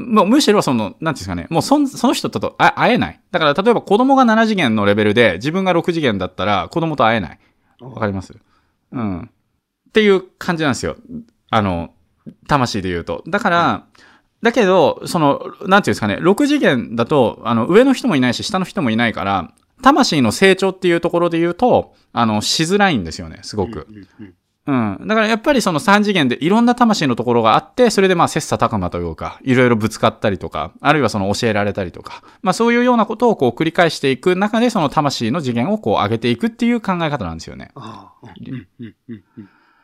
もうむしろその、なんていうんですかね。もうそ、その人とと会えない。だから例えば子供がなな次元のレベルで自分がろく次元だったら子供と会えない。わかります？うん。っていう感じなんですよ。あの、魂で言うと。だから、だけど、その、なんていうんですかね。ろく次元だと、あの、上の人もいないし、下の人もいないから、魂の成長っていうところで言うと、あの、しづらいんですよね、すごく。うん。だからやっぱりそのさん次元でいろんな魂のところがあって、それでまあ切磋琢磨というか、いろいろぶつかったりとか、あるいはその教えられたりとか、まあそういうようなことをこう繰り返していく中で、その魂の次元をこう上げていくっていう考え方なんですよね。ああ、うんうんうんうん、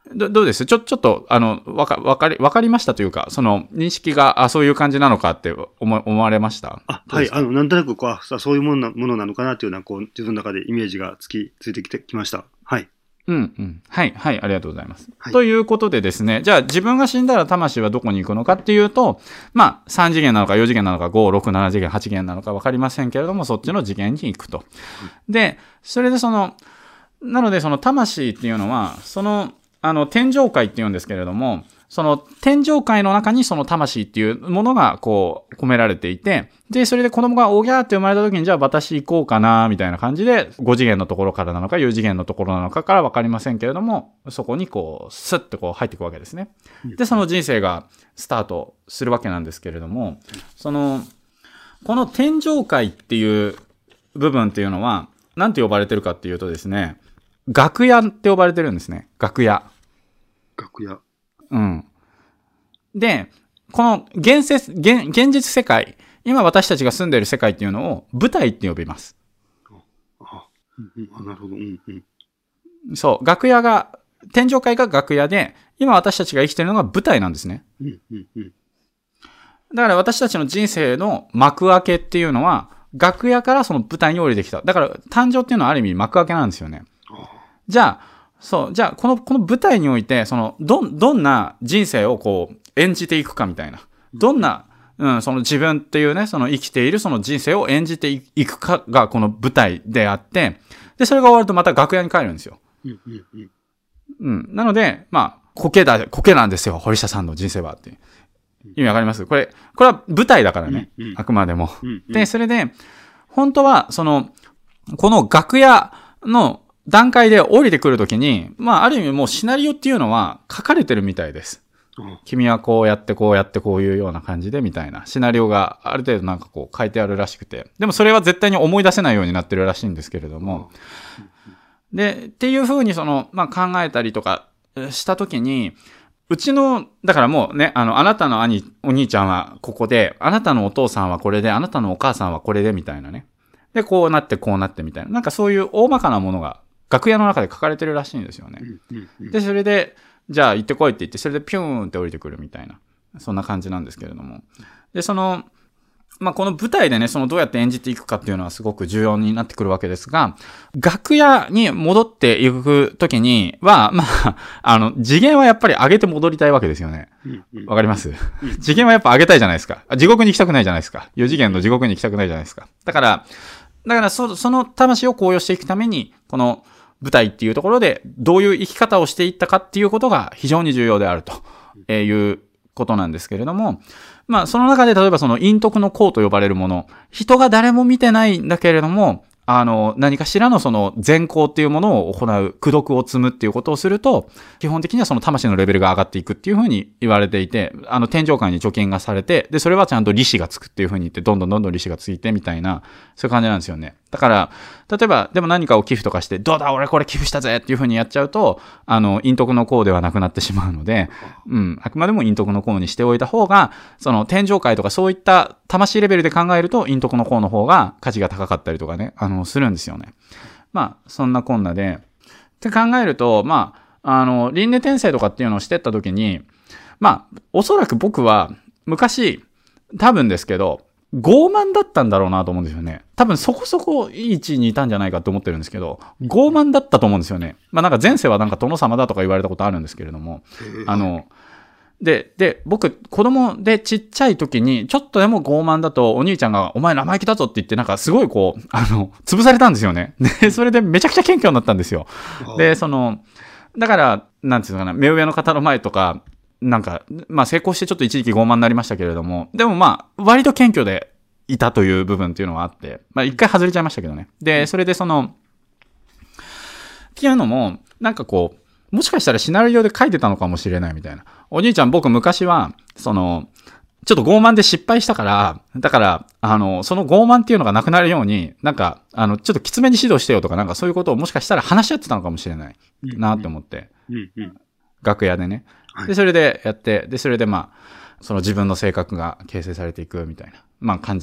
どどうですちょ、ちょっと、あの、わか、わかり、わかりましたというか、その、認識が、あ、そういう感じなのかって思、思われました？ あ、はい。あの、なんとなく、こう、あそういうものな、ものなのかなっていうのは、こう、自分の中でイメージがつき、ついてきてきました。はい。 うんうん。はい、はい、ありがとうございます。 はい、 ということでですね、じゃあ自分が死んだら魂はどこに行くのかっていうと、まあ、さん次元なのかよ次元なのかご、ろく、なな次元、はち次元なのか分かりませんけれども、そっちの次元に行くと。で、それでその、なのでその魂っていうのは、その、あの、天上界っていうんですけれども、その天上界の中にその魂っていうものがこう込められていて、で、それで子供がおぎゃーって生まれた時にじゃあ私行こうかなみたいな感じでご次元のところからなのかよ次元のところなのかから分かりませんけれども、そこにこうスッとこう入っていくわけですね。で、その人生がスタートするわけなんですけれども、その、この天上界っていう部分っていうのは何て呼ばれてるかっていうとですね、楽屋って呼ばれてるんですね。楽屋。 楽屋。 うん。で、この現実、現、現実世界、今私たちが住んでいる世界っていうのを舞台って呼びます。 あ、あ、うん、あ、なるほど。うんうん。そう、楽屋が、天上界が楽屋で、今私たちが生きているのが舞台なんですね。 うんうんうん。 だから私たちの人生の幕開けっていうのは、楽屋からその舞台に降りてきた。だから誕生っていうのはある意味幕開けなんですよね。じゃあ、そう、じゃあ、この、この舞台において、その、ど、どんな人生をこう、演じていくかみたいな。どんな、うん、その自分っていうね、その生きているその人生を演じていくかがこの舞台であって、で、それが終わるとまた楽屋に帰るんですよ。 うんうんうん。 うん。なので、まあ、コケだ、コケなんですよ、堀下さんの人生はって。意味わかります？これ、これは舞台だからね。うんうん、あくまでも、うんうん。で、それで、本当は、その、この楽屋の、段階で降りてくるときに、まあ、ある意味もうシナリオっていうのは書かれてるみたいです。うん、君はこうやってこうやってこういうような感じでみたいなシナリオがある程度なんかこう書いてあるらしくて。でもそれは絶対に思い出せないようになってるらしいんですけれども。うん、で、っていうふうにその、まあ、考えたりとかしたときに、うちの、だからもうね、あの、あなたの兄、お兄ちゃんはここで、あなたのお父さんはこれで、あなたのお母さんはこれでみたいなね。で、こうなってこうなってみたいな。なんかそういう大まかなものが楽屋の中で書かれてるらしいんですよね。で、それで、じゃあ行ってこいって言って、それでピューンって降りてくるみたいな。そんな感じなんですけれども。で、その、まあ、この舞台でね、そのどうやって演じていくかっていうのはすごく重要になってくるわけですが、楽屋に戻っていくときには、まあ、あの、次元はやっぱり上げて戻りたいわけですよね。わかります？次元はやっぱ上げたいじゃないですか。地獄に行きたくないじゃないですか。よ次元の地獄に行きたくないじゃないですか。だから、だからそ、その魂を高揚していくために、この舞台っていうところで、どういう生き方をしていったかっていうことが非常に重要であるということなんですけれども、まあ、その中で例えばその陰徳の功と呼ばれるもの、人が誰も見てないんだけれども、あの、何かしらのその善行っていうものを行う、功徳を積むっていうことをすると、基本的にはその魂のレベルが上がっていくっていうふうに言われていて、あの、天上界に貯金がされて、で、それはちゃんと利子がつくっていうふうに言って、どんどんどんどん利子がついてみたいな、そういう感じなんですよね。だから、例えば、でも何かを寄付とかして、どうだ俺これ寄付したぜっていうふうにやっちゃうと、あの、陰徳の功ではなくなってしまうので、うん、あくまでも陰徳の功にしておいた方が、その天上界とかそういった魂レベルで考えると、陰徳の功の方が価値が高かったりとかね、あの、するんですよね。まあ、そんなこんなで、って考えると、まあ、あの、輪廻転生とかっていうのをしてった時に、まあ、おそらく僕は、昔、多分ですけど、傲慢だったんだろうなと思うんですよね。多分そこそこいい位置にいたんじゃないかと思ってるんですけど、傲慢だったと思うんですよね。まあなんか前世はなんか殿様だとか言われたことあるんですけれども、あの、で、で、僕、子供でちっちゃい時に、ちょっとでも傲慢だと、お兄ちゃんが、お前生意気だぞって言って、なんかすごいこう、あの、潰されたんですよね。で、それでめちゃくちゃ謙虚になったんですよ。で、その、だから、なんていうのかな、目上の方の前とか、なんか、まあ成功してちょっと一時期傲慢になりましたけれども、でもまあ、割と謙虚でいたという部分っていうのはあって、まあ一回外れちゃいましたけどね。で、それでその、っていうのも、なんかこう、もしかしたらシナリオで書いてたのかもしれないみたいな。お兄ちゃん僕昔は、その、ちょっと傲慢で失敗したから、だから、あの、その傲慢っていうのがなくなるように、なんか、あの、ちょっときつめに指導してよとか、なんかそういうことをもしかしたら話し合ってたのかもしれないなって思って、 うんうん、 楽屋でね。で、それでやって、で、それでまあ、その自分の性格が形成されていくみたいな、まあ感じ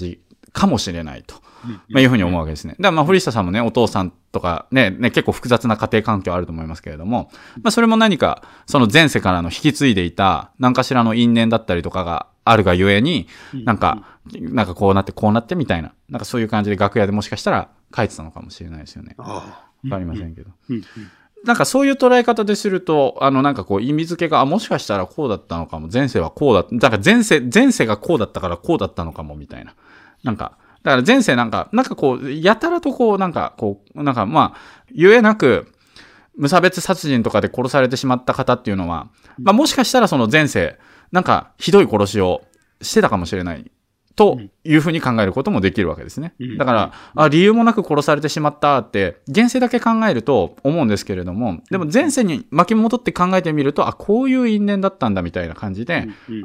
かもしれないと、まあ、いうふうに思うわけですね。だからまあ堀下さんもね、お父さんとかね、ね結構複雑な家庭環境あると思いますけれども、まあ、それも何かその前世からの引き継いでいた何かしらの因縁だったりとかがあるがゆえに、なんか、なんかこうなってこうなってみたいな、なんかそういう感じで楽屋でもしかしたら書いてたのかもしれないですよね。わかりませんけど。なんかそういう捉え方ですると、あのなんかこう意味付けが、あ、もしかしたらこうだったのかも、前世はこうだった、だから前世、前世がこうだったからこうだったのかもみたいな。なんか、だから前世なんか、なんかこう、やたらとこう、なんかこう、なんかまあ、言えなく、無差別殺人とかで殺されてしまった方っていうのは、まあもしかしたらその前世、なんかひどい殺しをしてたかもしれない。というふうに考えることもできるわけですね。だから、あ、理由もなく殺されてしまったって、現世だけ考えると思うんですけれども、でも前世に巻き戻って考えてみると、あ、こういう因縁だったんだみたいな感じで、うん、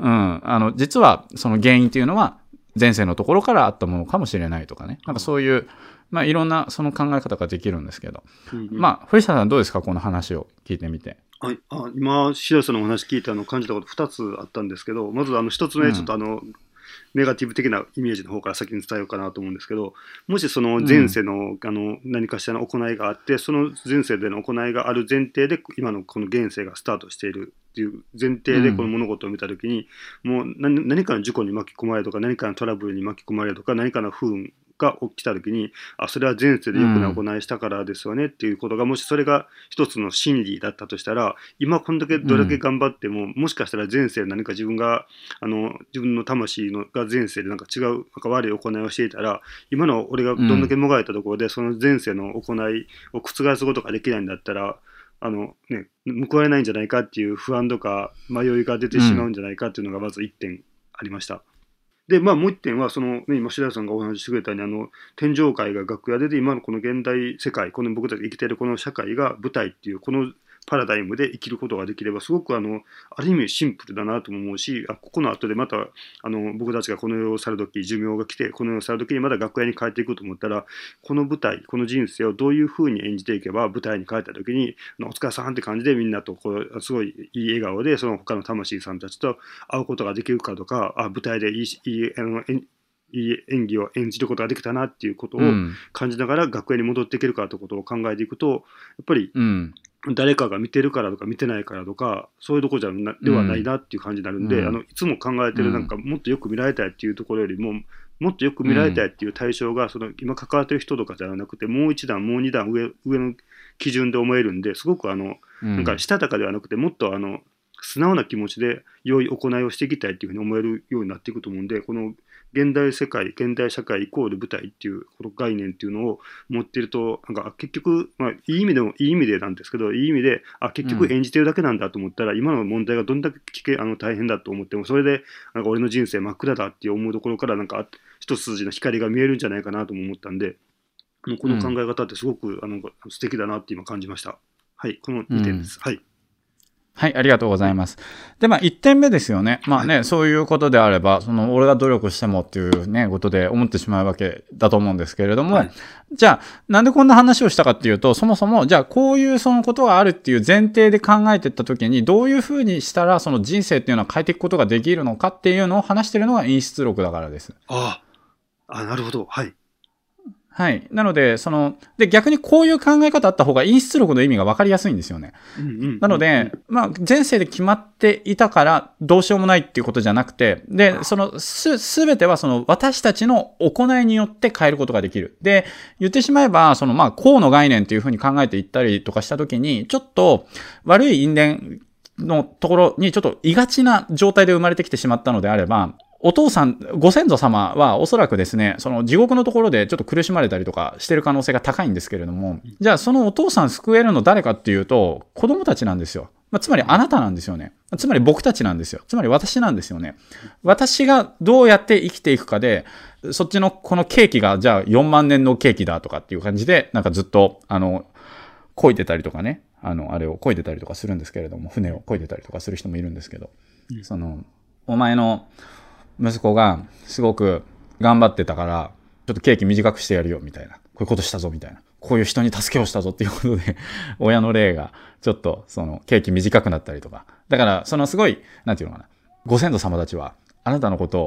あの、実はその原因というのは前世のところからあったものかもしれないとかね。なんかそういう、まあいろんなその考え方ができるんですけど。まあ、堀下さんどうですか、この話を聞いてみて。 はい、あ今、白石さんのお話聞いてあの感じたことふたつあったんですけど、まずあのひとつめ、ちょっとあの、うんネガティブ的なイメージの方から先に伝えようかなと思うんですけど、もしその前世の、うん、あの何かしらの行いがあって、その前世での行いがある前提で今のこの現世がスタートしているっていう前提でこの物事を見たときに、うん、もう 何, 何かの事故に巻き込まれるとか、何かのトラブルに巻き込まれるとか、何かの不運が起きたときに、あ、それは前世で良くな行いしたからですよねっていうことが、もしそれが一つの真理だったとしたら、今こんだけどれだけ頑張っても、うん、もしかしたら前世何か自分があの自分の魂のが前世でなんか違うなんか悪い行いをしていたら、今の俺がどんだけもがいたところで、その前世の行いを覆すことができないんだったら、あのね、報われないんじゃないかっていう不安とか迷いが出てしまうんじゃないかっていうのがまずいってんありました。で、まあもう一点は、その、ね、今、白石さんがお話ししてくれたように、あの、天上界が楽屋で、今のこの現代世界、この僕たちが生きているこの社会が舞台っていう、このパラダイムで生きることができれば、すごくあの、ある意味シンプルだなとも思うし、あここの後でまた、あの、僕たちがこの世を去るとき、寿命が来て、この世を去るときにまた楽屋に帰っていくと思ったら、この舞台、この人生をどういうふうに演じていけば、舞台に帰ったときに、お疲れさんって感じでみんなとこう、すごいいい笑顔で、その他の魂さんたちと会うことができるかとか、あ舞台でいい、いいあのいい演技を演じることができたなっていうことを感じながら楽屋に戻っていけるかということを考えていくと、やっぱり誰かが見てるからとか見てないからとかそういうところじゃなではないなっていう感じになるんで、うん、あのいつも考えてるなんかもっとよく見られたいっていうところよりももっとよく見られたいっていう対象がその今関わってる人とかじゃなくてもう一段もう二段上上の基準で思えるんで、すごくあのなんかしたたかではなくてもっとあの素直な気持ちで良い行いをしていきたいっていうふうに思えるようになっていくと思うんで、この現代世界、現代社会イコール舞台っていうこの概念っていうのを持っていると、なんか結局、まあ、いい意味でもいい意味でなんですけど、いい意味であ結局演じてるだけなんだと思ったら、うん、今の問題がどんだけ聞けあの大変だと思っても、それでなんか俺の人生真っ暗だって思うところからなんか一筋の光が見えるんじゃないかなとも思ったんで、この考え方ってすごくあの素敵だなって今感じました。はい、このにてんです。うん、はい。 はい、ありがとうございます。で、まあ、いってんめですよね。まあね、はい、そういうことであれば、その、俺が努力してもっていうね、ことで思ってしまうわけだと思うんですけれども、はい、じゃあ、なんでこんな話をしたかっていうと、そもそも、じゃあ、こういうそのことがあるっていう前提で考えていったときに、どういうふうにしたら、その人生っていうのは変えていくことができるのかっていうのを話してるのが陰出録だからです。 ああ、あ、なるほど。はい。 はい。なので、その、で、逆にこういう考え方あった方が、陰出録の意味が分かりやすいんですよね。うんうんうんうん、なので、まあ、前世で決まっていたから、どうしようもないっていうことじゃなくて、で、その、す、すべては、その、私たちの行いによって変えることができる。で、言ってしまえば、その、まあ、公の概念っていうふうに考えていったりとかしたときに、ちょっと、悪い因縁のところに、ちょっと、いがちな状態で生まれてきてしまったのであれば、お父さん、ご先祖様はおそらくですね、その地獄のところでちょっと苦しまれたりとかしてる可能性が高いんですけれども、じゃあそのお父さん救えるの誰かっていうと、子供たちなんですよ。まあ、つまりあなたなんですよね。つまり僕たちなんですよ。つまり私なんですよね。私がどうやって生きていくかで、そっちのこのケーキがじゃあよんまんねんのケーキだとかっていう感じで、なんかずっと、あの、漕いでたりとかね、あの、あれを漕いでたりとかするんですけれども、船を漕いでたりとかする人もいるんですけど、その、お前の、息子がすごく頑張ってたからちょっとケーキ短くしてやるよみたいな、こういうことしたぞみたいな、こういう人に助けをしたぞっていうことで親の霊がちょっとそのケーキ短くなったりとか、だからそのすごいなんていうのかな、ご先祖様たちはあなたのことを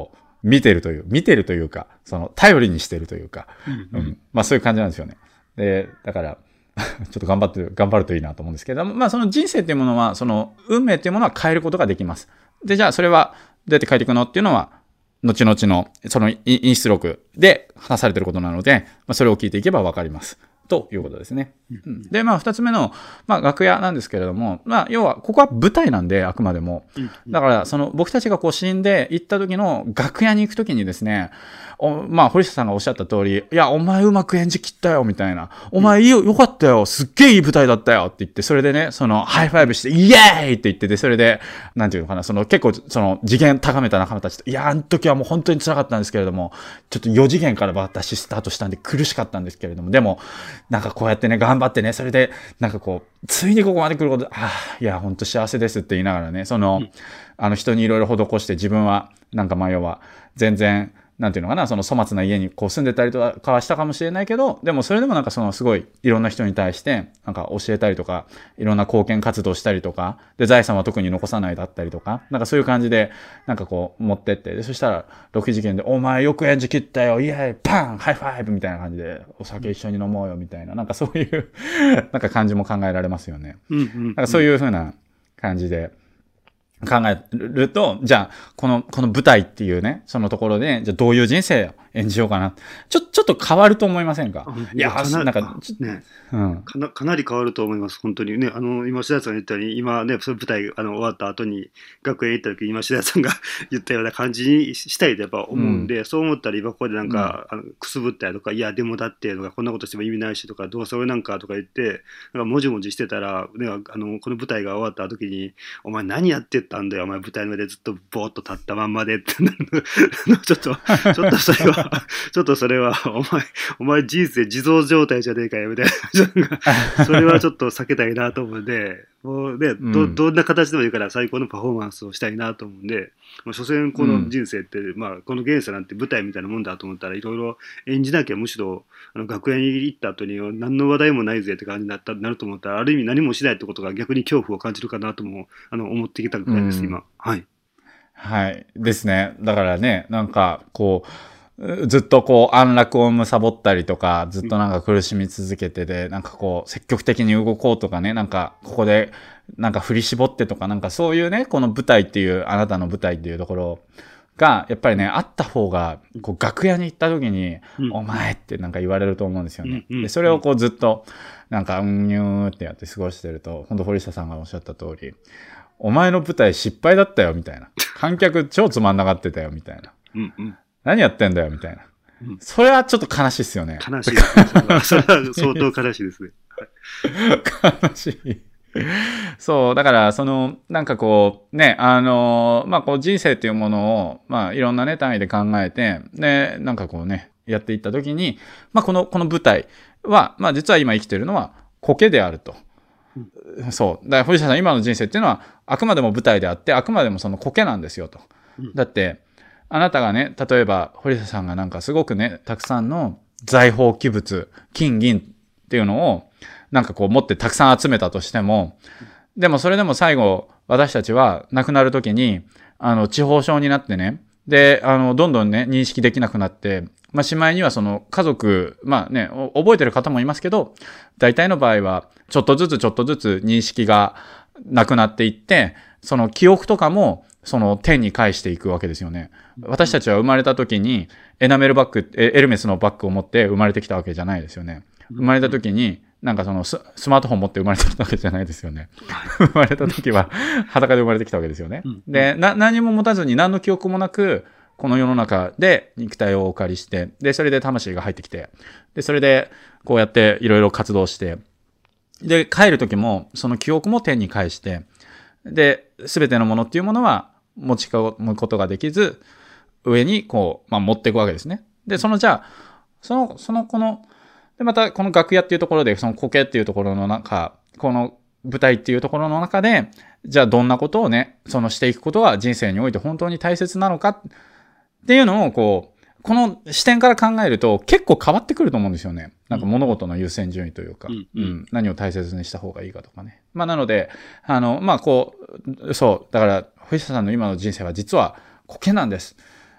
見てるという、見てるというか、その頼りにしてるというか、 うんうんうん、まあそういう感じなんですよね。で、だから、ちょっと頑張って、頑張るといいなと思うんですけども、まあその人生っていうものは、その運命っていうものは変えることができます。で、じゃあそれはどうやって変えていくのっていうのは、後々のその陰出録で話されていることなので、まあ、それを聞いていけばわかります。ということですね。うん、で、まあ二つ目の、まあ楽屋なんですけれども、まあ要はここは舞台なんであくまでも。だからその僕たちがこう死んで行った時の楽屋に行く時にですね、おまあ堀下さんがおっしゃった通り、いやお前うまく演じ切ったよみたいな、お前いいよ、よかったよ、すっげえいい舞台だったよって言って、それでね、そのハイファイブしてイエーイって言ってて、それで、なんていうのかな、その結構その次元高めた仲間たちと、いやあの時はもう本当に辛かったんですけれども、ちょっとよ次元から私スタートしたんで苦しかったんですけれども、でも、なんかこうやってね、頑張ってね、それで、なんかこう、ついにここまで来ること、ああ、いや、ほんと幸せですって言いながらね、その、うん、あの人にいろいろ施して自分は、なんかまあ要は、全然、なんていうのかな、その粗末な家にこう住んでたりとかはしたかもしれないけど、でもそれでもなんかそのすごいいろんな人に対して、なんか教えたりとか、いろんな貢献活動したりとか、で、財産は特に残さないだったりとか、なんかそういう感じで、なんかこう持ってって、で、そしたら、ろく次元で、お前よく演じ切ったよ、イエーイ、パン、ハイファイブみたいな感じで、お酒一緒に飲もうよみたいな、なんかそういう、なんか感じも考えられますよね。 うんうんうん、 なんかそういう風な感じで、考えると、じゃあ、この、この舞台っていうね、そのところで、じゃあどういう人生を演じようかな。ちょ、ちょっと変わると思いませんか？いや、 かななんか、 ね、 うん、 かな、かなり変わると思います、本当にね。あの、今、白田さんが言ったように、今ね、その舞台、あの、終わった後に、学園行った時に、今、白田さんが言ったような感じにしたいとやっぱ思うんで、うん、そう思ったら今ここでなんか、うん、あのくすぶったりとか、いや、でもだってとか、こんなことしても意味ないしとか、どうせ俺なんかとか言って、なんか、もじもじしてたら、ね、あの、この舞台が終わった時に、お前何やってたんだよ、お前舞台の上でずっとぼーっと立ったまんまでってなるの、ちょっと、ちょっとそれは、ちょっとそれは、お前、お前人生地蔵状態じゃねえかよ、みたいな。それはちょっと避けたいなと思うんで、もうね、うん、ど、どんな形でもいいから最高のパフォーマンスをしたいなと思うんで、まあ、所詮この人生って、うん、まあ、この現世なんて舞台みたいなもんだと思ったらいろいろ演じなきゃむしろ、あの、楽屋に行った後に何の話題もないぜって感じになった、なると思ったら、ある意味何もしないってことが逆に恐怖を感じるかなとも、あの、思ってきたくらいです、うん、今。はい。 はい。ですね。だからね、なんか、こう、ずっとこう安楽を貪ったりとか、ずっとなんか苦しみ続けてで、なんかこう積極的に動こうとかね、なんかここでなんか振り絞ってとか、なんかそういうね、この舞台っていう、あなたの舞台っていうところが、やっぱりね、あった方が、こう楽屋に行った時に、うん、お前ってなんか言われると思うんですよね。うんうん、でそれをこうずっと、なんか、うんにゅーってやって過ごしてると、本当堀下さんがおっしゃった通り、お前の舞台失敗だったよ、みたいな。観客超つまんながってたよ、みたいな。 うんうん、 何やってんだよみたいな、うん、それはちょっと悲しいっすよね。 悲しいですね。それは相当悲しいですね。 悲しい。そうだからそのなんかこうねあのまあこう人生っていうものをまあいろんなね単位で考えてでなんかこうねやっていった時にまあこのこの舞台はまあ実は今生きてるのは苔であると。うん、そうだから堀下さん今の人生っていうのはあくまでも舞台であってあくまでもその苔なんですよと。うん、だってあなたがね、例えば、堀田さんがなんかすごくね、たくさんの財宝器物、金銀っていうのを、なんかこう持ってたくさん集めたとしても、でもそれでも最後、私たちは亡くなるときに、あの、地方症になってね、で、あの、どんどんね、認識できなくなって、まあ、しまいにはその家族、まあね、覚えてる方もいますけど、大体の場合は、ちょっとずつちょっとずつ認識がなくなっていって、その記憶とかも、その天に返していくわけですよね。私たちは生まれた時にエナメルバッグ、エルメスのバッグを持って生まれてきたわけじゃないですよね。生まれた時になんかそのス, スマートフォン持って生まれてきたわけじゃないですよね。生まれた時は裸で生まれてきたわけですよね。で、な何も持たずに何の記憶もなくこの世の中で肉体をお借りして、でそれで魂が入ってきて、でそれでこうやっていろいろ活動して、で帰る時もその記憶も天に返して、で全てのものっていうものは持ち込むことができず、上にこう、まあ、持っていくわけですね。で、そのじゃあ、その、そのこの、で、またこの楽屋っていうところで、その苔っていうところの中、この舞台っていうところの中で、じゃあどんなことをね、そのしていくことが人生において本当に大切なのかっていうのを、こう、この視点から考えると結構変わってくると思うんですよね。なんか物事の優先順位というか、うんうん、何を大切にした方がいいかとかね。まあなので、あの、まあこう、そう、だから、藤田さんの今の人生は実は苔なんです。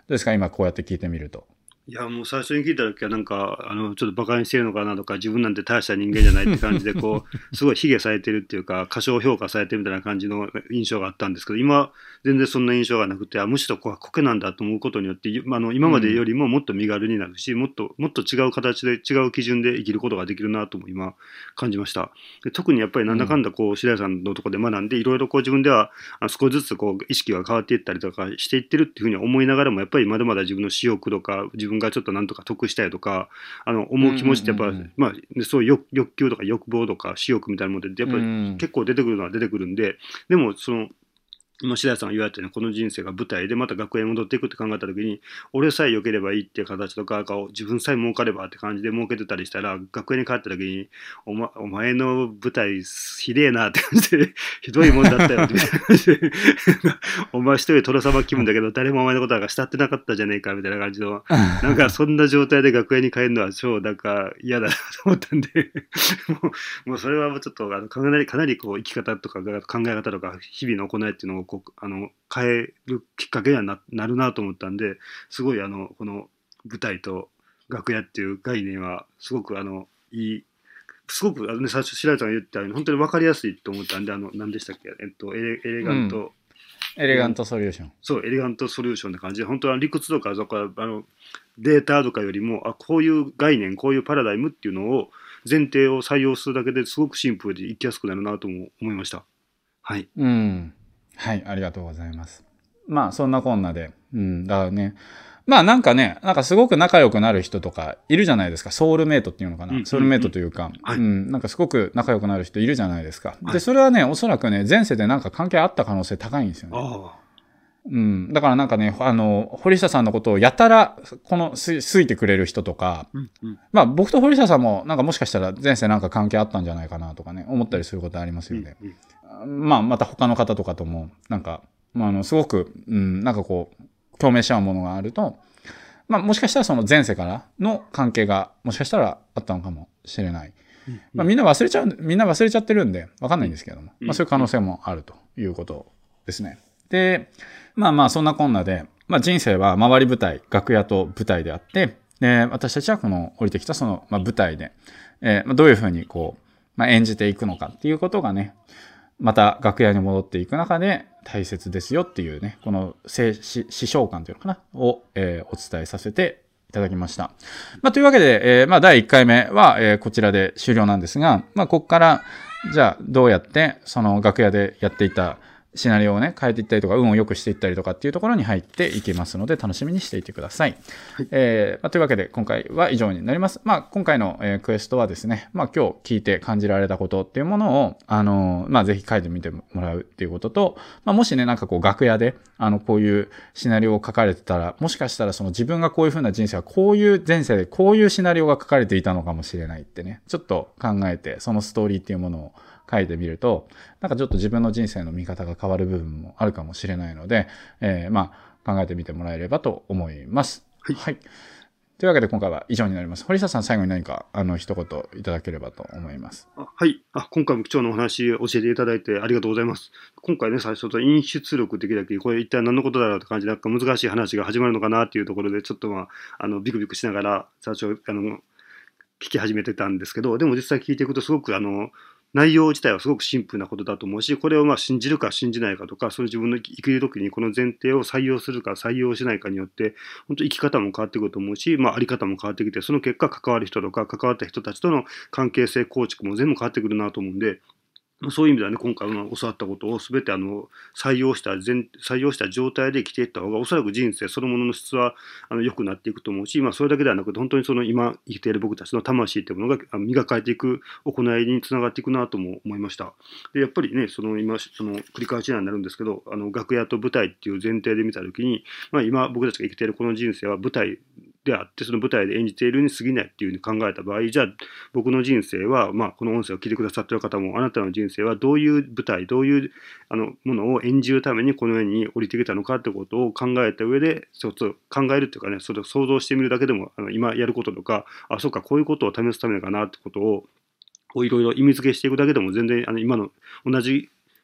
うですか今こうやって聞いてみると。 いや、もう最初に聞いた時はなんか、あの、ちょっと馬鹿にしてるのかなとか、自分なんて大した人間じゃないって感じで、こう、すごい卑下されてるっていうか、過小評価されてるみたいな感じの印象があったんですけど、今、全然そんな印象がなくて、あ、むしろこう、コケなんだと思うことによって、まあ、あの、今までよりももっと身軽になるし、もっと、もっと違う形で、違う基準で生きることができるなとも今、感じました。で特にやっぱりなんだかんだこう、白井さんのところで学んで、いろいろこう自分では、あの少しずつこう、意識が変わっていったりとかしていってるっていうふうに思いながらも、やっぱりまだまだ自分の私欲とか、自分がちょっとなんとか得したいとか、あの思う気持ちってやっぱ、 うんうんうんうんまあ、そういう欲欲求とか欲望とか私欲みたいなものでやっぱりうん結構出てくるのは出てくるんで、でもその今白井さんが言われたようにこの人生が舞台でまた学園に戻っていくって考えた時に、俺さえ良ければいいっていう形とか、自分さえ儲かればって感じで儲けてたりしたら、学園に帰った時にお,、ま、お前の舞台ひでえなって感じでひどいもんだったよみたいな感じでお前一人殿様気分だけど誰もお前のことなんか慕ってなかったじゃねえかみたいな感じの、なんかそんな状態で学園に帰るのは超なんか嫌だなと思ったんでもう、もうそれはもうちょっとあのかなりかなりこう生き方とか考え方とか日々の行いっていうのをこうあの変えるきっかけには な, なるなと思ったんで、すごいあのこの舞台と楽屋っていう概念はすごくあのいい、すごくあの、ね、最初白井さんが言ったように本当に分かりやすいと思ったんで、あの何でしたっけ、えっとエレ、エレガント、うんエレガントソリューション。 そう、エレガントソリューションな感じで、本当は理屈とか、そこあのデータとかよりも、あ、こういう概念、こういうパラダイムっていうのを、前提を採用するだけですごくシンプルで生きやすくなるなとも思いました。はい。 うん。はい、ありがとうございます。まあ、そんなこんなで、うん、だからね、まあなんかね、なんかすごく仲良くなる人とかいるじゃないですか。ソウルメイトっていうのかな。うんうんうん、ソウルメイトというか、はい、うん、なんかすごく仲良くなる人いるじゃないですか。はい、で、それはね、おそらくね、前世でなんか関係あった可能性高いんですよね。あうん、だからなんかね、あの、堀下さんのことをやたら、この、す、すいてくれる人とか、うんうん、まあ僕と堀下さんもなんかもしかしたら前世なんか関係あったんじゃないかなとかね、思ったりすることありますよね。うんうん、まあまた他の方とかとも、なんか、まああの、すごく、うん、なんかこう、共鳴し合うものがあると、まあもしかしたらその前世からの関係がもしかしたらあったのかもしれない。うんうん、まあみんな忘れちゃう、みんな忘れちゃってるんで、わかんないんですけども、まあそういう可能性もあるということですね。で、まあまあそんなこんなで、まあ人生は回り舞台、楽屋と舞台であって、で、私たちはこの降りてきたその、まあ、舞台で、えーまあ、どういうふうにこう、まあ、演じていくのかっていうことがね、また楽屋に戻っていく中で大切ですよっていうね、この師匠感というのかな、を、えー、お伝えさせていただきました。まあというわけで、えー、まあだいいっかいめは、えー、こちらで終了なんですが、まあここから、じゃあどうやってその楽屋でやっていたシナリオをね、変えていったりとか、運を良くしていったりとかっていうところに入っていきますので、楽しみにしていてください。はい、えーまあ、というわけで、今回は以上になります。まあ、今回の、えー、クエストはですね、まあ、今日聞いて感じられたことっていうものを、あのー、まあ、ぜひ書いてみてもらうっていうことと、まあ、もしね、なんかこう、楽屋で、あの、こういうシナリオを書かれてたら、もしかしたらその自分がこういう風な人生は、こういう前世でこういうシナリオが書かれていたのかもしれないってね、ちょっと考えて、そのストーリーっていうものを、書いてみると、なんかちょっと自分の人生の見方が変わる部分もあるかもしれないので、えー、まあ考えてみてもらえればと思います。はい。はい、というわけで今回は以上になります。堀下さん、最後に何かあの一言いただければと思います。 あはい。あ、今回も貴重なお話を教えていただいてありがとうございます。今回ね、最初と引出力的だけこれ一体何のことだろうって感じで、なんか難しい話が始まるのかなっていうところで、ちょっとまあ、あのビクビクしながら最初あの聞き始めてたんですけど、でも実際聞いていくとすごくあの内容自体はすごくシンプルなことだと思うし、これをまあ信じるか信じないかとか、それ自分の生きるときにこの前提を採用するか採用しないかによって、本当生き方も変わってくると思うし、まあ、あり方も変わってきて、その結果関わる人とか関わった人たちとの関係性構築も全部変わってくるなと思うんで、そういう意味ではね、今回教わったことを全てあの採用した全採用した状態で生きていった方が、おそらく人生そのものの質はあの良くなっていくと思うし、まあ、それだけではなくて、本当にその今生きている僕たちの魂というものが磨かれていく行いにつながっていくなとも思いました。でやっぱりね、その今その繰り返しになるんですけど、あの楽屋と舞台っていう前提で見たときに、まあ、今僕たちが生きているこの人生は舞台であって、その舞台で演じているに過ぎないっていうふうに考えた場合、じゃあ僕の人生は、まあ、この音声を聞いてくださっている方も、あなたの人生はどういう舞台、どういうあのものを演じるためにこの世に降りてきたのかってことを考えた上で、ちょっと考えるっていうかね、それを想像してみるだけでも、あの今やることとか、あ、そうか、こういうことを試すためかなってことを、いろいろ意味付けしていくだけでも全然あの今の同じ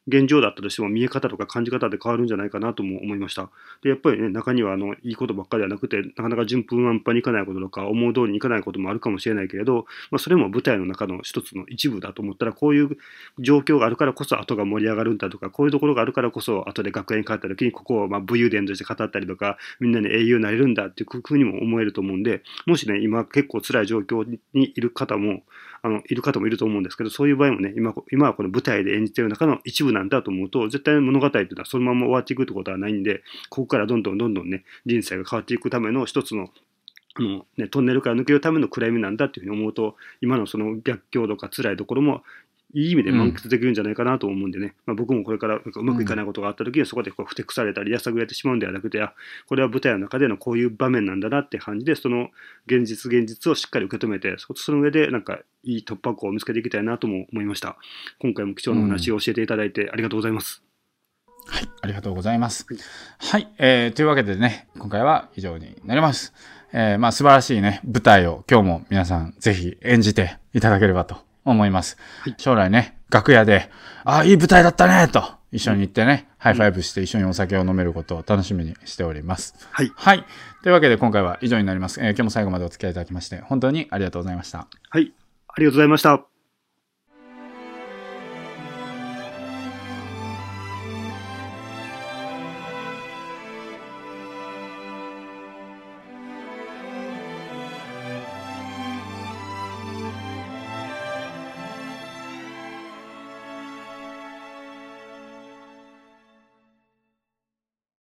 現状だったとしても見え方とか感じ方で変わるんじゃないかなとも思いました。で、やっぱりね、中にはあのいいことばっかりではなくて、なかなか順風満帆にいかないこととか、思う通りにいかないこともあるかもしれないけれど、まあ、それも舞台の中の一つの一部だと思ったら、こういう状況があるからこそ後が盛り上がるんだとか、こういうところがあるからこそ後で楽屋に帰った時にここをまあ武勇伝として語ったりとか、みんなに英雄になれるんだっていうふうにも思えると思うんで、もしね、今結構辛い状況にいる方も、あの、いる方もいると思うんですけど、そういう場合もね、今、今はこの舞台で演じている中の一部なんだと思うと、絶対物語っていうのはそのまま終わっていくってことはないんで、ここからどんどんどんどんね、人生が変わっていくための一つの、あのね、トンネルから抜けるための暗闇なんだっていうふうに思うと、今のその逆境とか辛いところも、いい意味で満喫できるんじゃないかなと思うんでね、うん、まあ、僕もこれからなんかうまくいかないことがあった時にはそこでこうふてくされたりやさぐれてしまうんではなくて、あ、これは舞台の中でのこういう場面なんだなって感じで、その現実現実をしっかり受け止めて、その上でなんかいい突破口を見つけていきたいなとも思いました。今回も貴重なお話を教えていただいてありがとうございます。 うん、はい、ありがとうございます。はい、はい、えー、というわけでね、今回は以上になります。えー、まあ素晴らしいね、舞台を今日も皆さんぜひ演じていただければと思います。はい、将来ね、楽屋で、ああ、いい舞台だったねと一緒に行ってね、うん、ハイファイブして一緒にお酒を飲めることを楽しみにしております。はい。はい。というわけで今回は以上になります。えー、今日も最後までお付き合いいただきまして、本当にありがとうございました。 はい。ありがとうございました。